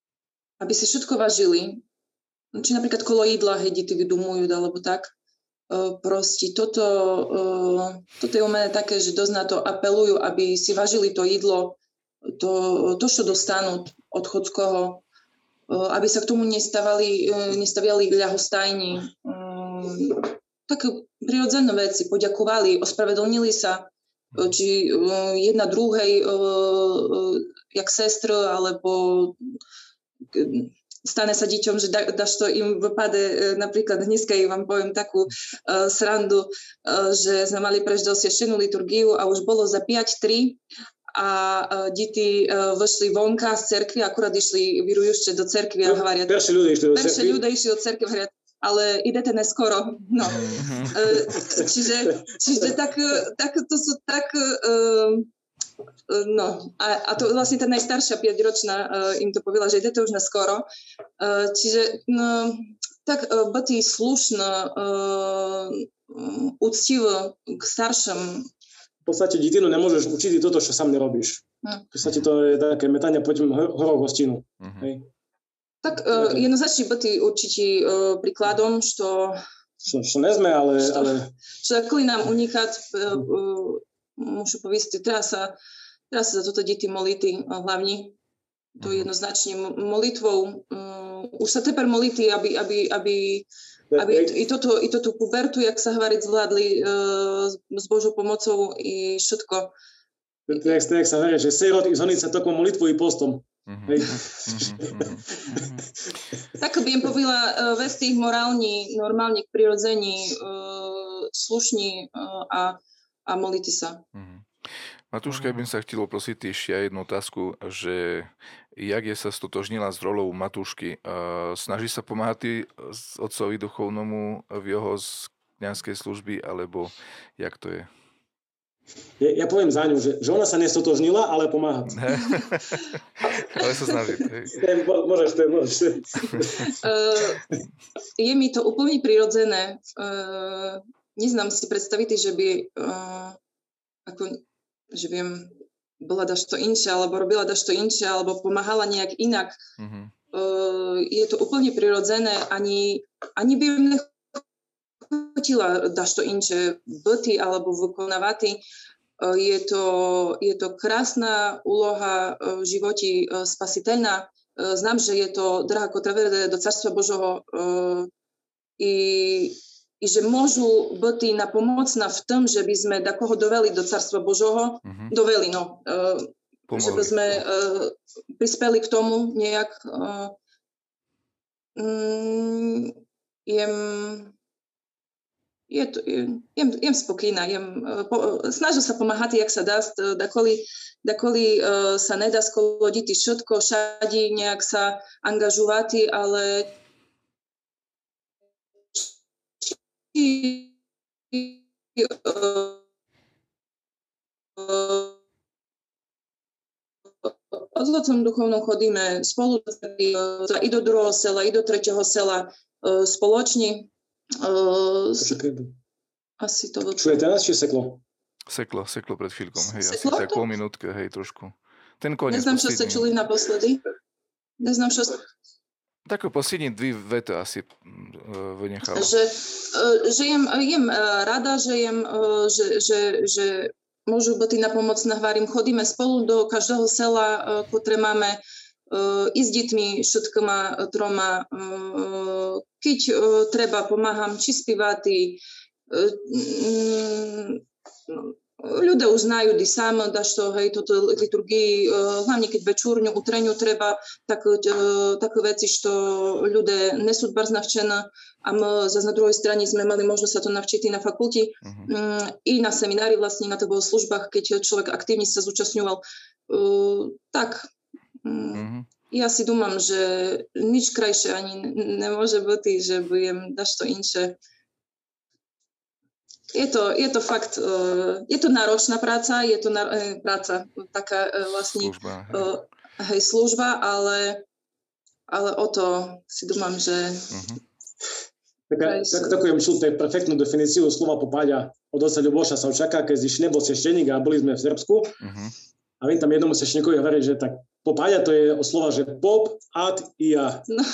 Aby si všetko vážili. Či napríklad kolo jídla, hej, deti vydumujú, alebo tak. proste toto je u mene také, že dosť na to apelujú, aby si vážili to jedlo, to čo dostanú od chodského, aby sa k tomu nestavili ľahostajní. Také prirodzené veci, poďakovali, ospravedlnili sa, či jedna druhej, jak sestra, alebo stane sa deťom, že dáš to im vypade, napríklad dneska vám poviem takú srandu, že sme mali preždel sveštenú liturgiu a už bolo za 5:03 a deti vyšli vonka z cerkvy, akurát išli virujušte do cerkvy a hovoria. Perši ľudia išli do cerkvy a hovoria, ale idete neskoro. No. Čiže tak to sú tak... No, a to vlastne tá najstaršia 5-ročná im to povedala, že idete už neskoro. Čiže no, tak byť slušno, úctivo k starším. V podstate detinu nemôžeš učiť toto, čo sám nerobíš. V podstate to je také metanie potom horou hostinu. Hej. Tak jednoznačne byť určite príkladom, čo nezme, ale... Čo kvôli nám unikať, môžu povedať, teraz sa za toto deti molity hlavne. To je jednoznačne molitvou. Už sa teper molity, aby i toto pubertu, jak sa hovoriť, zvládli s Božou pomocou i všetko. Jak sa hovorí, že sejrod i zhoniť sa takou molitvu i postom. Tak by im povedala vesti ich morálni, normálne k prirodzení, slušní a molity sa. Matúška, ja by sa chcel prosiť ešte jednu otázku, že jak je sa stotožnila s rolou Matúšky? Snaží sa pomáhať otcovi duchovnomu v jeho kňazskej služby, alebo jak to je? Ja poviem za ňu, že ona sa nestotožnila, ale pomáha. Ale sa snaží. Môžeš. Je mi to úplne prirodzené. Neznám si predstaviť, že by že viem, bola dašto inšia, alebo robila dašto inšia, alebo pomáhala nejak inak. Je to úplne prirodzené. Ani by im nechotila dašto inšie byty alebo vykonávať. Je to krásna úloha v životi spasiteľná. Znam, že je to drahá kotraverda do Carstva Božoho i že môžu byť napomocná v tom, že by sme takoho doveli do Carstva Božoho, že by sme prispeli k tomu nejak. Jem spokojná, snažím sa pomáhať, jak sa dá, dakoli sa nedá skolodiť všetko, všade nejak sa angažovať, ale od otcom duchovnom chodíme spolu i do druhého sela, i do tretieho sela spoločne. Asi to... Čujete nás, či seklo? Seklo pred chvíľkom, hej, seklo asi tak pol minútke, hej, trošku. Ten koniec. Neznám, čo ste čuli naposledy. Tako poslední 2 vety asi vynechala. Že jem rada, že môžu byť napomocná, hovorím, chodíme spolu do každého sela, ktoré máme, i s deťmi, všetkoma 3. Keď treba, pomáham, či spívati. Ľudia už znajú, kdy sám dáš to, hej, toto liturgii, hlavne keď večúrňu, utreňu treba, také veci, čo ľudia nesú barz navčené a my zase na druhej strane sme mali možnosť sa to navčiť i na fakulti, i na seminári vlastne, na to bolo službách, keď človek aktívne sa zúčastňoval. Ja si dúmam, že nič krajšie ani nemôže byť, že budem dáš to inšie. Je to fakt, je to náročná práca, je to práca taká vlastne služba, ale o to si dúmam, že... Tako jem čul perfektnú definíciu slova popáďa. Od oca Ľuboša sa očaká, keď zišli nebol svešteník a boli sme v Srbsku. A viem tam jednomu svešteníkovi hovoriť, že tak Popáďa to je od slova, že pop, ad, ia. No.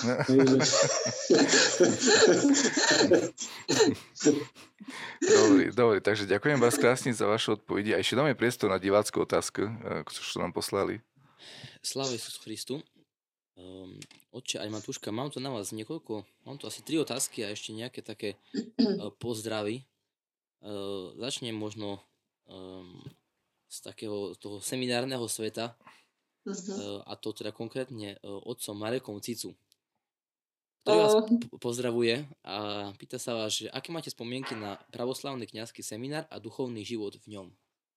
Dobre, takže ďakujem vás krásne za vaše odpovede. A ešte dáme priestor na divácku otázku, čo nám poslali. Sláva Isusu Christu. Otče, aj Matúška, mám tu na vás mám tu asi 3 otázky a ešte nejaké také pozdravy. Začnem možno z takého toho seminárneho sveta, a to teda konkrétne otcom Marekom Cicu, ktorý vás pozdravuje a pýta sa vás, že aké máte spomienky na pravoslavný kňazský seminár a duchovný život v ňom?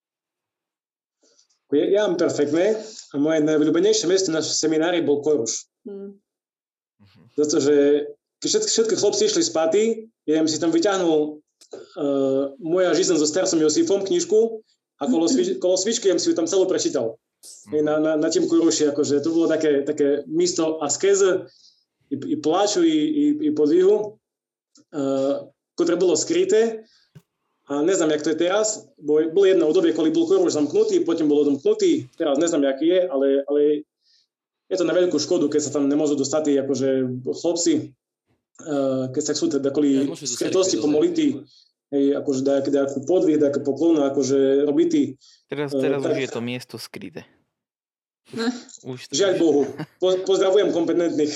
Ja mám perfektné a moje najobľúbenejšie miesto na seminári bol Koruš. Pretože keď všetky chlopci išli spáty, ja si tam vyťahnul Moja жизнь so starcom Josifom knižku a kolo svičky si ju tam celú prečítal. Na tým Kuruši, akože to bolo také miesto askéze i pláču, i podvihu, ktoré bolo skryté. A neznám, jak to je teraz, bo bolo jedno obdobie, kedy bol Kuruš zamknutý, potom bol odomknutý, teraz neznám, jak je, ale je to na veľkú škodu, keď sa tam nemôžu dostať akože chlopci, keď sa chcú teda kvôli skrytosti pomoliti, akože nejakú podvih, nejakú poklonu, akože robiti. Teraz už je to miesto skryté. Žiaľ Bohu. Pozdravujem kompetentných.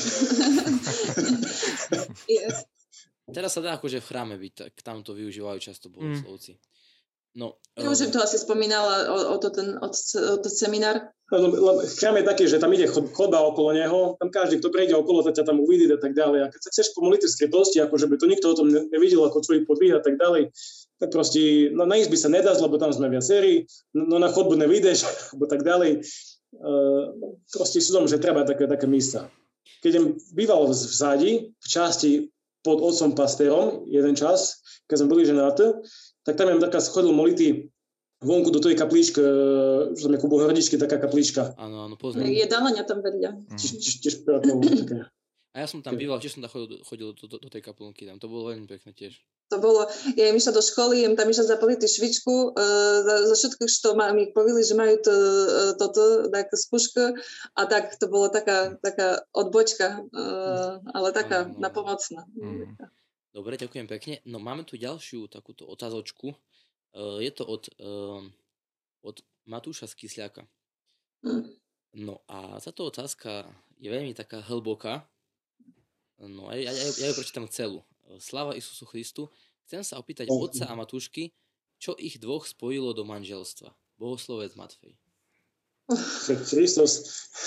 Yes. Teraz sa dá akože v chráme byť, tak tam to využívajú často bohoslovci. No, Ja už som to asi spomínala o to seminár. V chráme je taký, že tam ide chodba okolo neho, tam každý, kto prejde okolo, ťa tam uvidí a tak ďalej. A keď sa chceš pomoliť v skrytosti, akože by to nikto o tom nevidel, ako človek podvíha a tak ďalej, tak proste na izby sa nedá, lebo tam sme viacerí, no na chodbu nevyjdeš, alebo tak ďalej. Proste sú tom, že treba také místa. Keď býval vzadi, v časti pod otcom pastérom, jeden čas, keď sme boli ženáti, tak tam taká chodil molity vonku do tej kaplíčky, že tam je Kubo Hrdičky, taká kaplíčka. Áno, poznám. Je dálaňa tam vedľa. Tiež také. A ja som tam býval, tiež som tam chodil do tej kaplnky, tam to bolo veľmi pekné tiež. To bolo, ja im išla do školy, tam išla zapaliť švičku, za všetkých, čo mi povedali, že majú toto, tak spušku, a tak to bolo taká odbočka, ale taká napomocná. Dobre, ďakujem pekne. No máme tu ďalšiu takúto otázočku. Je to od Matúša z Kysľaka. No a táto otázka je veľmi taká hlboká. No a ja ju prečítam celú. Sláva Isusu Christu. Chcem sa opýtať otca a Matúšky, čo ich dvoch spojilo do manželstva. Bohoslovec Matfej. Kristus.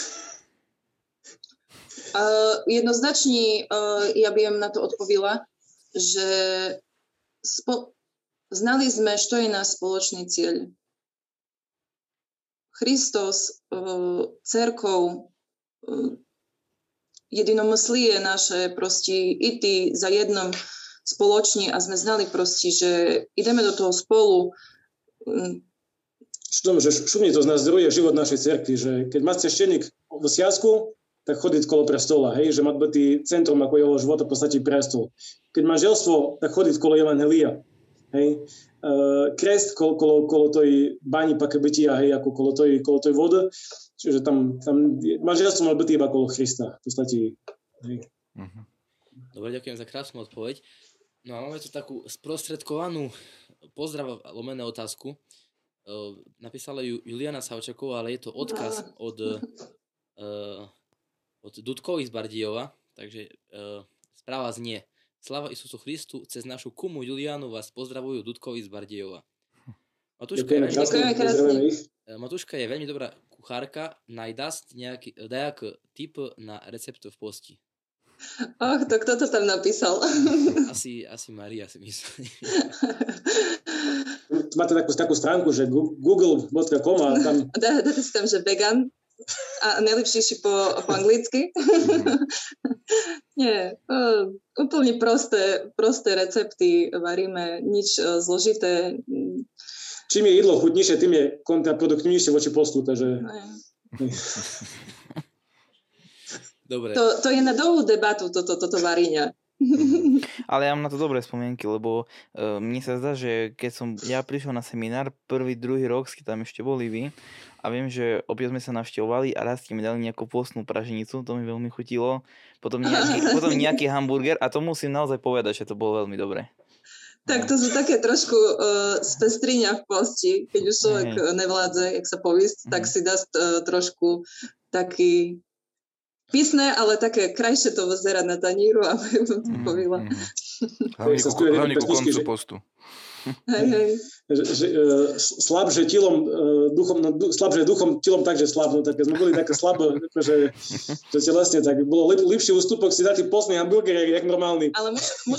Jednoznačne ja by na to odpovila, že znali sme, čo je náš spoločný cieľ. Hristos, cerkov, jedinomyslие naše, proste iti za jednom spoločne a sme znali proste, že ideme do toho spolu. Šumne to nazdruje život našej cerkvi, že keď má sveštenik v Siasku, tak chodiť kolo prestola, hej, že má byť centrum ako jeho života v podstate prestol. Keď manželstvo, tak chodiť kolo evangelia, hej. Krest kolo tej bani paké bytia, hej, ako kolo tej vody, čiže tam manželstvo má byť iba kolo Krista, v podstate, hej. Dobre, ďakujem za krásnu odpoveď. No a máme tu takú sprostredkovanú pozdrav lomené otázku. Napísala ju Juliana Savčaková, ale je to odkaz od Dudkovi z Bardejova, takže správa znie: Sláva Isusu Christu, cez našu kumu Julianu vás pozdravujú Dudkovi z Bardejova. Matúška je veľmi dobrá kuchárka, najdast dajak tip na recept v posti. Ach, to kto to tam napísal? Asi Maria, si myslím. Máte takú stránku, že google.com a tam... Dáte si tam, že vegan a najlepšie po anglicky. Nie, úplne prosté recepty varíme, nič zložité. Čím je jedlo chutnejšie, tým je kontraproduktívnejšie voči postu, takže... Dobre. To je na dlhú debatu, toto varenia. Ale ja mám na to dobré spomienky, lebo mne sa zdá, že keď som ja prišiel na seminár prvý, druhý rok, keď tam ešte boli vy, a viem, že občas sme sa navštevovali a raz mi dali nejakú postnú praženicu, to mi veľmi chutilo. Potom nejaký hamburger a to musím naozaj povedať, že to bolo veľmi dobré. Tak to sú také trošku spestriňa v posti, keď už človek nevládze, jak sa povísť, tak si dá trošku taký písne, ale také krajšie to vzerať na taníru a to povila. Hlavne ku koncu postu. Hej. Slabže duchom, tilom takže slabno. Tak sme boli také slabo, že telesne, tak bolo lepší ústupok si dať postný hamburger, jak normálny. Ale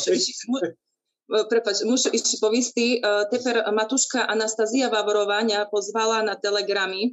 muszę iść powiesti, teper matuszka Anastazja Wawrowania pozwala na telegrami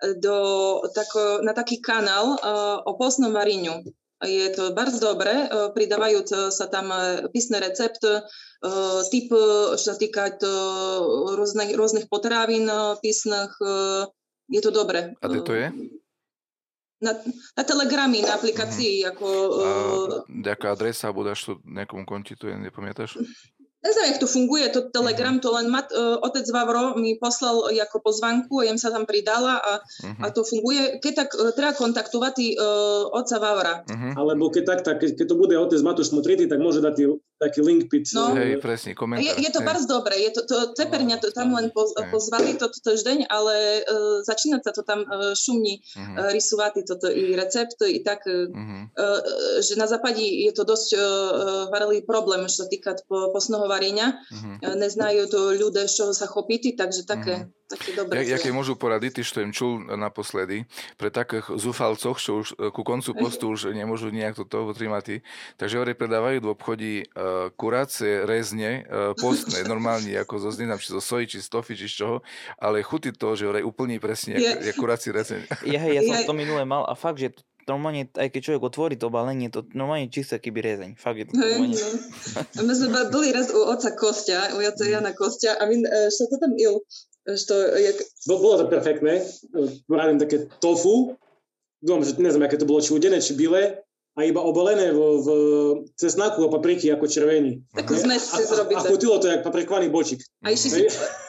na taki kanał o postnom vareniu. Je to bardzo dobre, pridávajú sa tam písne recepty, typ, čo sa týka rôznych potravín písnych, je to dobre. A kde to je? Na telegrami, na aplikácii. Nejaká adresa, alebo dáš to nejakomu konti, to nepamätáš? Ne znam jak to funguje, to Telegram, to len otec Vavro mi poslal ako pozvanku, ja im sa tam pridala a to funguje. Keď tak treba kontaktovať otca Vavra. Alebo keď to bude otec Matúš Smotrity, tak môže dať taký link pit. No. Hej, presne, komentár. Je to bardzo dobre, teperňa to tam len pozvali toto týždeň, ale začína sa to tam šumní rysovať toto i recept, i tak, že na západe je to dosť varelý problém, čo sa týka postného varenia. Neznajú to ľudia, z čoho sa chopiť, takže také dobré. Jaké môžu poradiť, ty, čo im čul naposledy, pre takých zúfalcoch, čo už ku koncu postu už nemôžu nejak toto utrimať, takže hovorí, predávajú v obchodí kurácie, rezne, postné, normálne ako zo zninám, či zo soji, či z tofi, či z čoho, ale chutí to, že hovorí úplne presne, jak kuráci rezeň. Ja som to minule mal a fakt, že normálne, aj keď človek otvorí to balenie, to normálne čisté keby rezeň. Fakt je to normálne. My sme boli raz u oca Kostia, u oca Jana Kostia a što to tam il? Bolo to perfektné. Poradím také tofu. Dúfam, že neviem, aké to bolo, či udené, či bilé. A iba obalené v cesnaku a papriky ako červení. Takú zmes si zrobiť. A chutilo to jak paprikovaný bočík. A išli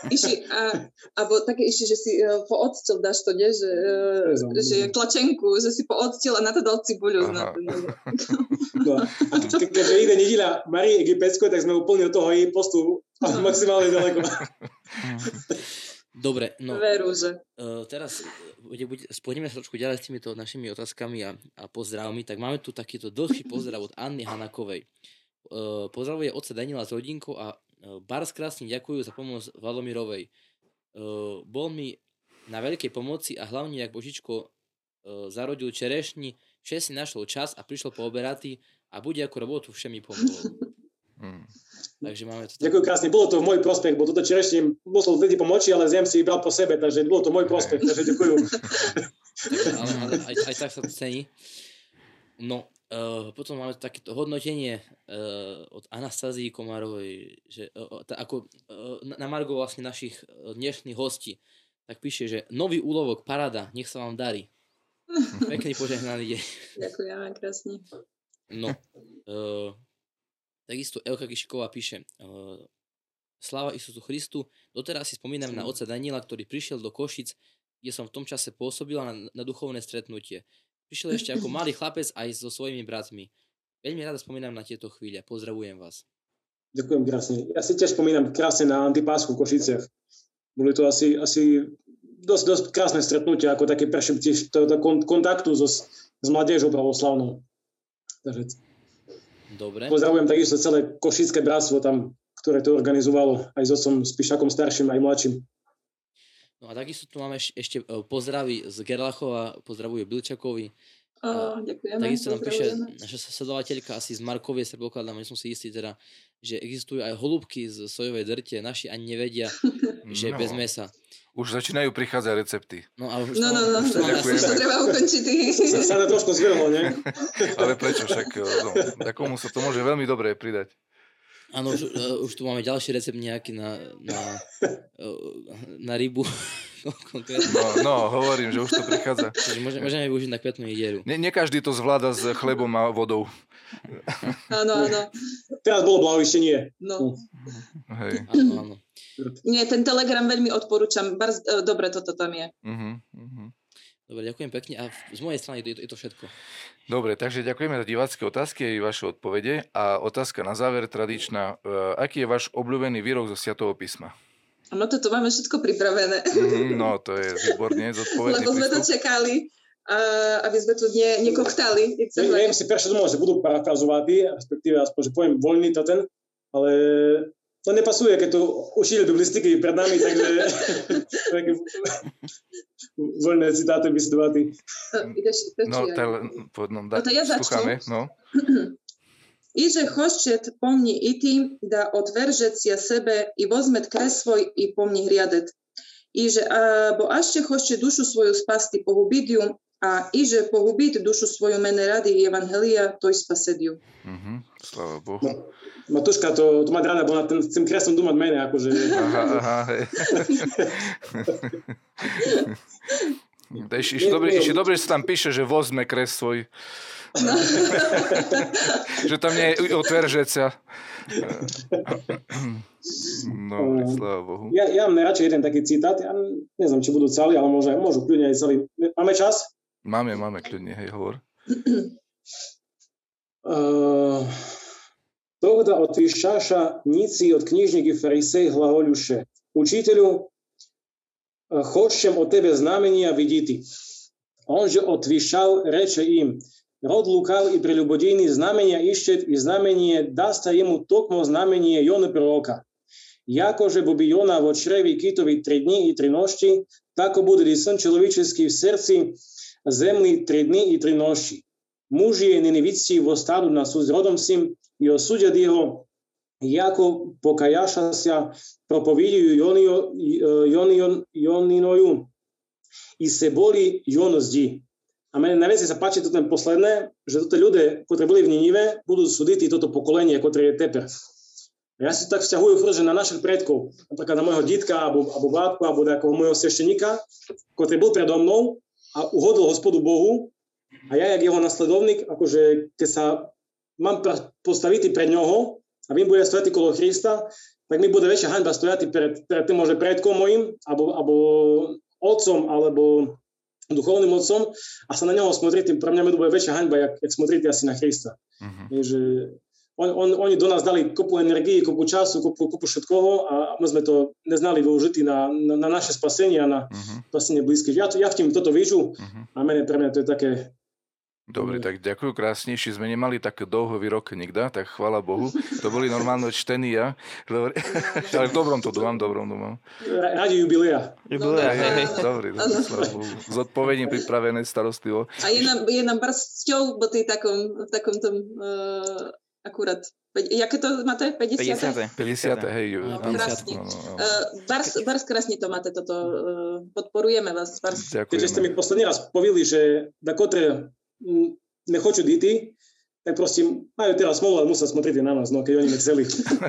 že si poodctil, dáš to, nie? Že tlačenku, že si poodctil a na to dal cibuľu. No. A keďže ide nedíľa Marii Egyptskoj, tak sme úplne od toho jej postu maximálne ďaleko. Dobre, no Veru, že. Teraz spôjdeme sa trošku ďalej s týmito našimi otázkami a pozdravmi, tak máme tu takýto dlhý pozdrav od Anny Hanakovej. Pozdravuje otca Daniela s rodinkou a Bars krásne ďakujú za pomoc Valomírovej. Bol mi na veľkej pomoci a hlavne, jak Božičko zarodil čerešni, vše si našol čas a prišiel pooberatý a bude ako robotu vše mi pomohol. Takže máme to. Ďakujem krásne, bolo to v môj prospech, bo toto čerešne musel vtedy pomoči, ale zem si bral po sebe, takže bolo to môj prospech, takže ďakujem. ale aj tak sa to cení. No, potom máme takéto hodnotenie od Anastázii Komárovej, že na margo vlastne našich dnešných hostí, tak píše, že nový úlovok, paráda, nech sa vám darí. Pekný požehnaný deň. Ďakujem krásne. No, takisto Elka Kišiková píše: Sláva Isusu Christu, doteraz si spomínam na otca Daniela, ktorý prišiel do Košic, kde som v tom čase pôsobila na duchovné stretnutie. Prišiel ešte ako malý chlapec aj so svojimi bratmi. Veľmi rada spomínam na tieto chvíle. Pozdravujem vás. Ďakujem krásne. Ja si tiež spomínam krásne na Antipásku v Košiciach. Boli to asi dosť krásne stretnutia, ako také prvé kontaktu s mladéžou pravoslavnou. Takže dobre. Pozdravujem takisto celé košické bratstvo tam, ktoré to organizovalo, aj s otcom Spišakom starším, aj mladším. No a takisto tu máme ešte pozdravy z Gerlachova, pozdravuje Bilčakovi. Ďakujeme. Takisto nám píše naša sledovateľka asi z Markovie, sa pokladám, nie som si istý teda, že existujú aj holúbky z sojovej drte, naši ani nevedia, že bez mesa. Už začínajú prichádzať recepty. No a už to treba ukončiť. Sa to trošku zvrhlo, nie? Ale prečo však? Takomu sa to môže veľmi dobre pridať. Áno, už tu máme ďalší recept nejaký na rybu. No, hovorím, že už to prichádza. Čiže môžeme využiť na kvetnú nedieľu. Nie každý to zvláda s chlebom a vodou. Áno. Teraz bolo blahovyštenie. No. Hej. Áno. Nie, ten Telegram veľmi odporúčam. Dobre toto tam je. Dobre, ďakujem pekne a z mojej strany je to všetko. Dobre, takže ďakujeme za divácké otázky a vaše odpovede. A otázka na záver tradičná. Aký je váš obľúbený výrok zo Svätého písma? No toto máme všetko pripravené. No, to je výborne, zodpovedný Lebo sme to prístup. čakali, aby sme tu nekochtali. Viem si prečo domov, že budú parafrazovať, respektíve aspoň, že poviem voľný to ten, ale to nepasuje, keď to učiteľ biblistiky pred nami, takže také voľné citáty vysledovať. No, to ja slucháme, začnu. no. Iže хочет помни идти, да отвержеться себе и возьмет крест свой и помни грядет. Иже, бо аще хоче душу свою спасти, погубит ju, a iže pogubit dušu svoju mene radi Evangelia, to spaset ju. Sláva Bohu. Matuška, to má rada, bo na tým krestom dúmať mene, akože... Aha, hej. Ešte dobre, že sa tam píše, že vozme kres svoj. No. Že tam nie je otvržecia. No, sláva Bohu. Ja mám najradšej jeden taký citát, ja neviem, či budú celý, ale môžu kľudne aj celý. Máme čas? Máme, kľudne, hej, hovor. Тогда отвещаша ницы от книжники фарисей глаголюше: Учителю, хочем от тебе знамения видіти. Он же отвещал, рече им: Род лукав и прелюбодейный знамения ищет, и знамение даст ему токмо знамение Йоны пророка. Яко же боби Йона во чреве китови 3 дни и 3 ночи, тако буде и сын человеческий в сердце земли 3 дни и 3 ночи. Мужи неневицти восстанут на суд с родом сим и осудят его, яко покаяшася проповедию Jonиною i se boli Jono zdi. A mene najviac sa páči to ten posledné, že toto ľudia, ktorí boli v Ninive, budú súdiť toto pokolenie, ktoré je teper. Ja si tak vzťahujú furt, že na našich predkov, napríklad na môjho dítka, alebo bábku, alebo nejakého môjho svešteníka, ktorý bol predo mnou a uhodil Hospodu Bohu, a ja, jak jeho nasledovník, akože keď sa mám postaviť pred ňoho a vím bude stojať kolo Krista, tak mi bude väčšia hanba stojať pred tým možno predkom mojim, alebo otcom, alebo duchovným otcom a sa na neho smotríte, pre mňa to bude väčšia hanba, jak smotríte asi na Krista. Takže oni do nás dali kopu energii, kopu času, kopu všetkoho a my sme to neznali využiť na naše spasenie a na spasenie blízkych. Ja v tým toto víču a pre mňa to je také. Dobre, tak ďakujem krásnejšie. Sme nemali tak dlhový rok nikda, tak chvála Bohu. To boli normálne čtení, ja. Ale v dobrom dúmam. Radi jubilea. Hej. Dobre, chvála Bohu. S odpovedím pripravené starostlivo. A je nám brsťou, bo ty v takom tom akurát. Jaké to máte? 50. 50. Hej. Krásne. Bars krásne to máte toto. Podporujeme vás. Ďakujem. Keďže ste mi posledný raz povili, že da kotre nehoču diti, tak proste majú teraz smolu, ale musia smotriť na nás, no, keď oni nechceli.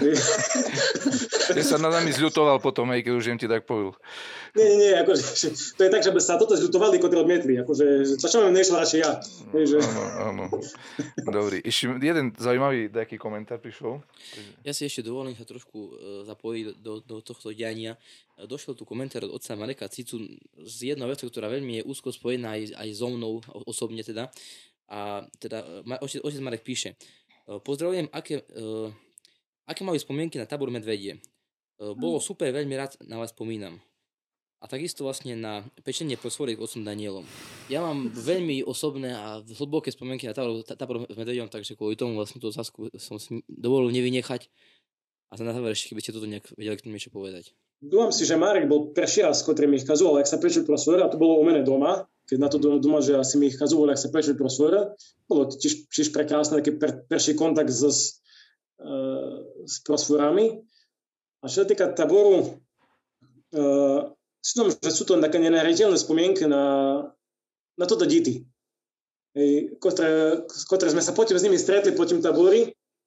Ja sa na nami zľutoval potom, aj keď už im ti tak povil. Nie, akože, to je tak, že by sa toto zľutovali, ktorí odmietli. Akože, čo vám nešlo radšej ja. Áno. Dobrý. Ešte jeden zaujímavý taký komentár prišiel. Ja si ešte dovolím sa trošku zapojiť do tohto diania. Došiel tu komentár od otca Mareka Cicu z jednou vecou, ktorá veľmi je úzko spojená aj so mnou osobne teda. A teda otec Marek píše: Pozdravujem, aké majú spomienky na tábor Medvedie. Bolo super, veľmi rád na vás spomínam. A takisto vlastne na pečenie prosvoriek otcom Danielom. Ja mám veľmi osobné a hlboké spomienky na tábor Medvediom, takže kvôli tomu vlastne tú otázku som si dovolil nevynechať. A na záver ešte, keby ste toto nejak vedeli k tomu niečo povedať. Dúfam si, že Marek bol prvý raz, ktorý mi ich kazoval, jak sa pečil prosvor, a to bolo u mene doma. Keď na to doma, že asi mi ich kazoval, jak sa pečil prosvor. Bolo tiež prekrásne, taký prvý kontakt s prosvorami. A čo sa týka táboru, myslím, že sú to také nenahraditeľné spomienky na toto deti, ktoré sme sa potom s nimi stretli po tým tábori.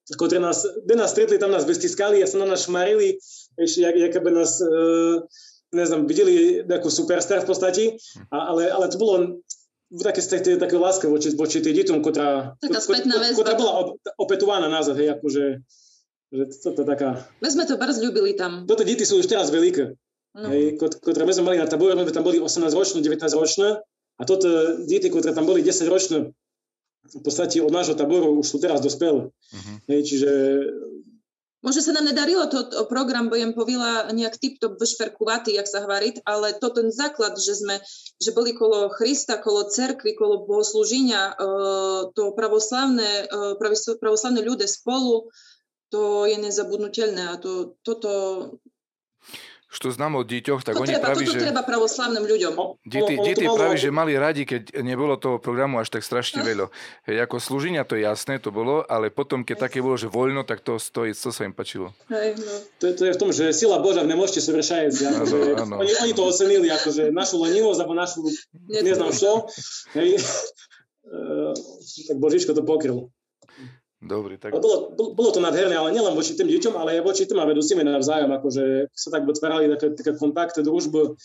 kde nás stretli, tam nás vystiskali a sa na nás šmarili, ešte, jak by nás, videli ako superstar v podstate, ale to bolo také láska voči tej deťom, ktorá bola opätovaná nazad, hej, akože, že toto taká... My sme to bardzo ľúbili tam. Toto deti sú už teraz veľké, hej, ktoré my sme mali na tabore, my tam boli 18-ročné, 19-ročné, a toto deti, ktoré tam boli 10-ročné, v podstate od nášho taboru už sú teraz dospelé. Hej, čiže... Може се нам не дарило тот програм, бо јам повила нејак тип-топ вишперкувати, як се говорит, але то ten заклад, že boli kolo Hrista, kolo cerkvi, kolo bohoslúženia, to pravoslavné ľudia spolu, to je nezabudnutelné. A toto... Što znamo o deťoch, tak oni praví, že... To treba pravoslavným ľuďom. Deti praví, že mali radi, keď nebolo toho programu až tak strašne veľa. Hej, ako slúženia to je jasné, to bolo, ale potom, keď také bolo, že voľno, tak to sa im páčilo. Hej, no. To je v tom, že sila Božia v nemožte sovršajec. Oni to ocenili, akože našu lenivosť, alebo našu neznám čo. Hej. Tak Božičko to pokryl. Dobre, tak... Bolo to nádherné, ale nielen voči tým deťom, ale aj voči tým a vedúcimi navzájom, akože sa tak vytvárali také kontakty, družby,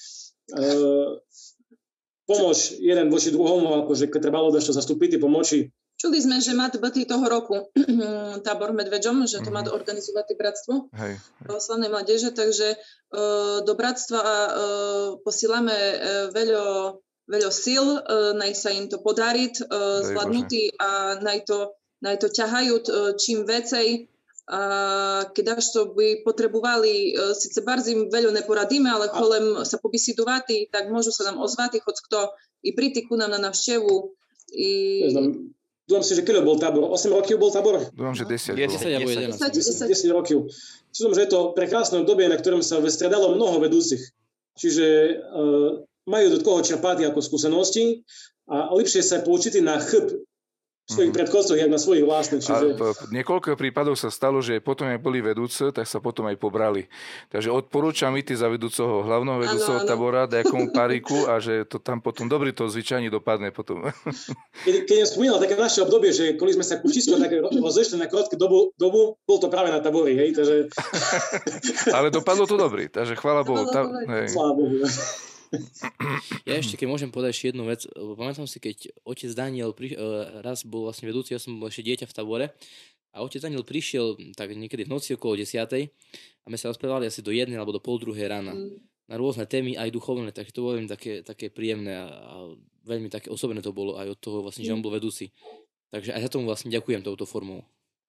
pomoc jeden voči druhomu, akože keď trebalo dašto zastúpiť pomoci. Čuli sme, že má byť toho roku tábor v Medvedžom, že to má organizovať bratstvo pravoslavnej mládeže, takže do bratstva posílame veľa síl, naj sa im to podariť, zvládnutí a naj to ťahajú čím vecej. Keď až to by potrebovali, síce bardzo im veľa neporadíme, ale cholem sa pobisidovati, tak môžu sa nám ozvati, hoď kto i príti ku nám na návštevu. Dúfam si, že kedy bol tábor? 8 rokov bol tábor? Dúfam, že 10 rokov. Čiže že je to prekrásne obdobie, na ktorom sa vystredalo mnoho vedúcich. Čiže majú do koho čerpať ako skúsenosti a lepšie sa poučiť na chyb svojich predchodcov, jak na svojich vlastných. Čiže... Niekoľko prípadov sa stalo, že potom, jak boli vedúce, tak sa potom aj pobrali. Takže odporúčam ísť za vedúceho hlavného vedúceho tábora, nejakomu pariku a že to tam potom dobre to zvyčajne dopadne potom. Keď som spomínal také naše obdobie, že keď sme sa kučisko také rozešli na krátku dobu, bol to práve na tabori, hej, takže... Ale dopadlo to dobre, takže chvála Bohu. Chvála Bohu. Ja ešte, keď môžem povedať ešte jednu vec, pamätám si, keď otec Daniel raz bol vlastne vedúci, ja som bol ešte dieťa v tabore a otec Daniel prišiel tak niekedy v noci okolo 10:00 a my sa rozprávali asi do 1:00 alebo do 1:30 rána na rôzne témy, aj duchovné, takže to bolo veľmi také príjemné a veľmi také osobné to bolo aj od toho vlastne, že on bol vedúci. Takže aj za tomu vlastne ďakujem touto formou.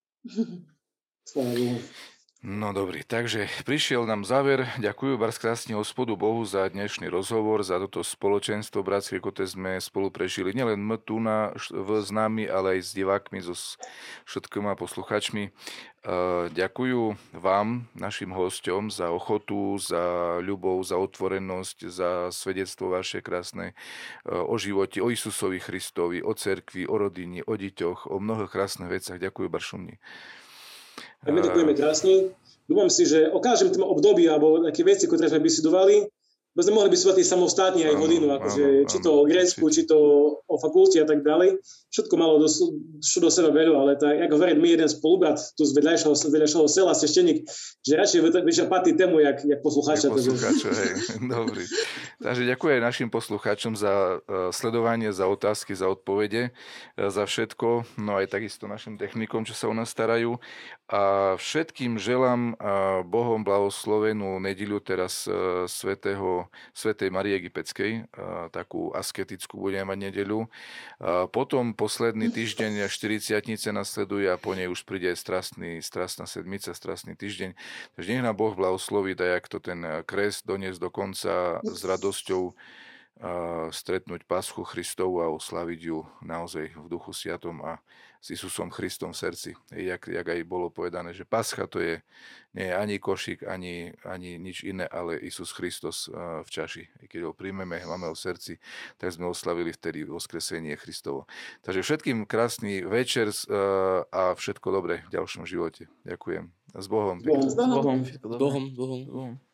No dobrý, takže prišiel nám záver. Ďakujem krásne Hospodu Bohu za dnešný rozhovor, za toto spoločenstvo bratské, ktoré sme spolu prežili. Nielen my tu s nami, ale aj s divákmi, so všetkými posluchačmi. Ďakujem vám, našim hosťom, za ochotu, za ľubov, za otvorenosť, za svedectvo vaše krásne o živote, o Isusovi Christovi, o cerkvi, o rodine, o deťoch, o mnohých krásnych veciach. Ďakujem Baršumni. My ďakujeme krásne. Dúfam si, že o každom tom období alebo také veci, ktoré sme bisedovali, bo sme mohli bisedovať samostatne aj hodinu, akože, či to o Grécku, či to o fakulte a tak ďalej. Všetko malo do seba veľa, ale tak, ako hovorím, my jeden spolubrat tu z vedľajšieho sela, svešteník, že radšej vyčerpáti tému, jak poslucháča. Hej, dobrý. Takže ďakujem aj našim poslucháčom za sledovanie, za otázky, za odpovede, za všetko, no aj takisto našim technikom, čo sa o nás starajú. A všetkým želám Bohom blahoslovenú nedeľu teraz svätej Marie Egyptskej, takú asketickú budeme mať nedeľu. Potom posledný týždeň 40-tnice nasleduje a po nej už príde strastná sedmica, strastný týždeň. Takže nech nám Boh blahosloví, daj, jak to ten kres doniesť do konca s radosťou stretnúť Paschu Christovu a oslaviť ju naozaj v Duchu Sviatom a s Isusom Christom v srdci. Jak aj bolo povedané, že Pascha to nie je ani košík, ani nič iné, ale Isus Christos v čaši. I keď ho príjmeme, máme ho v srdci, tak sme oslavili vtedy voskresenie Christovo. Takže všetkým krásny večer a všetko dobré v ďalšom živote. Ďakujem. S Bohom. S Bohom. S Bohom.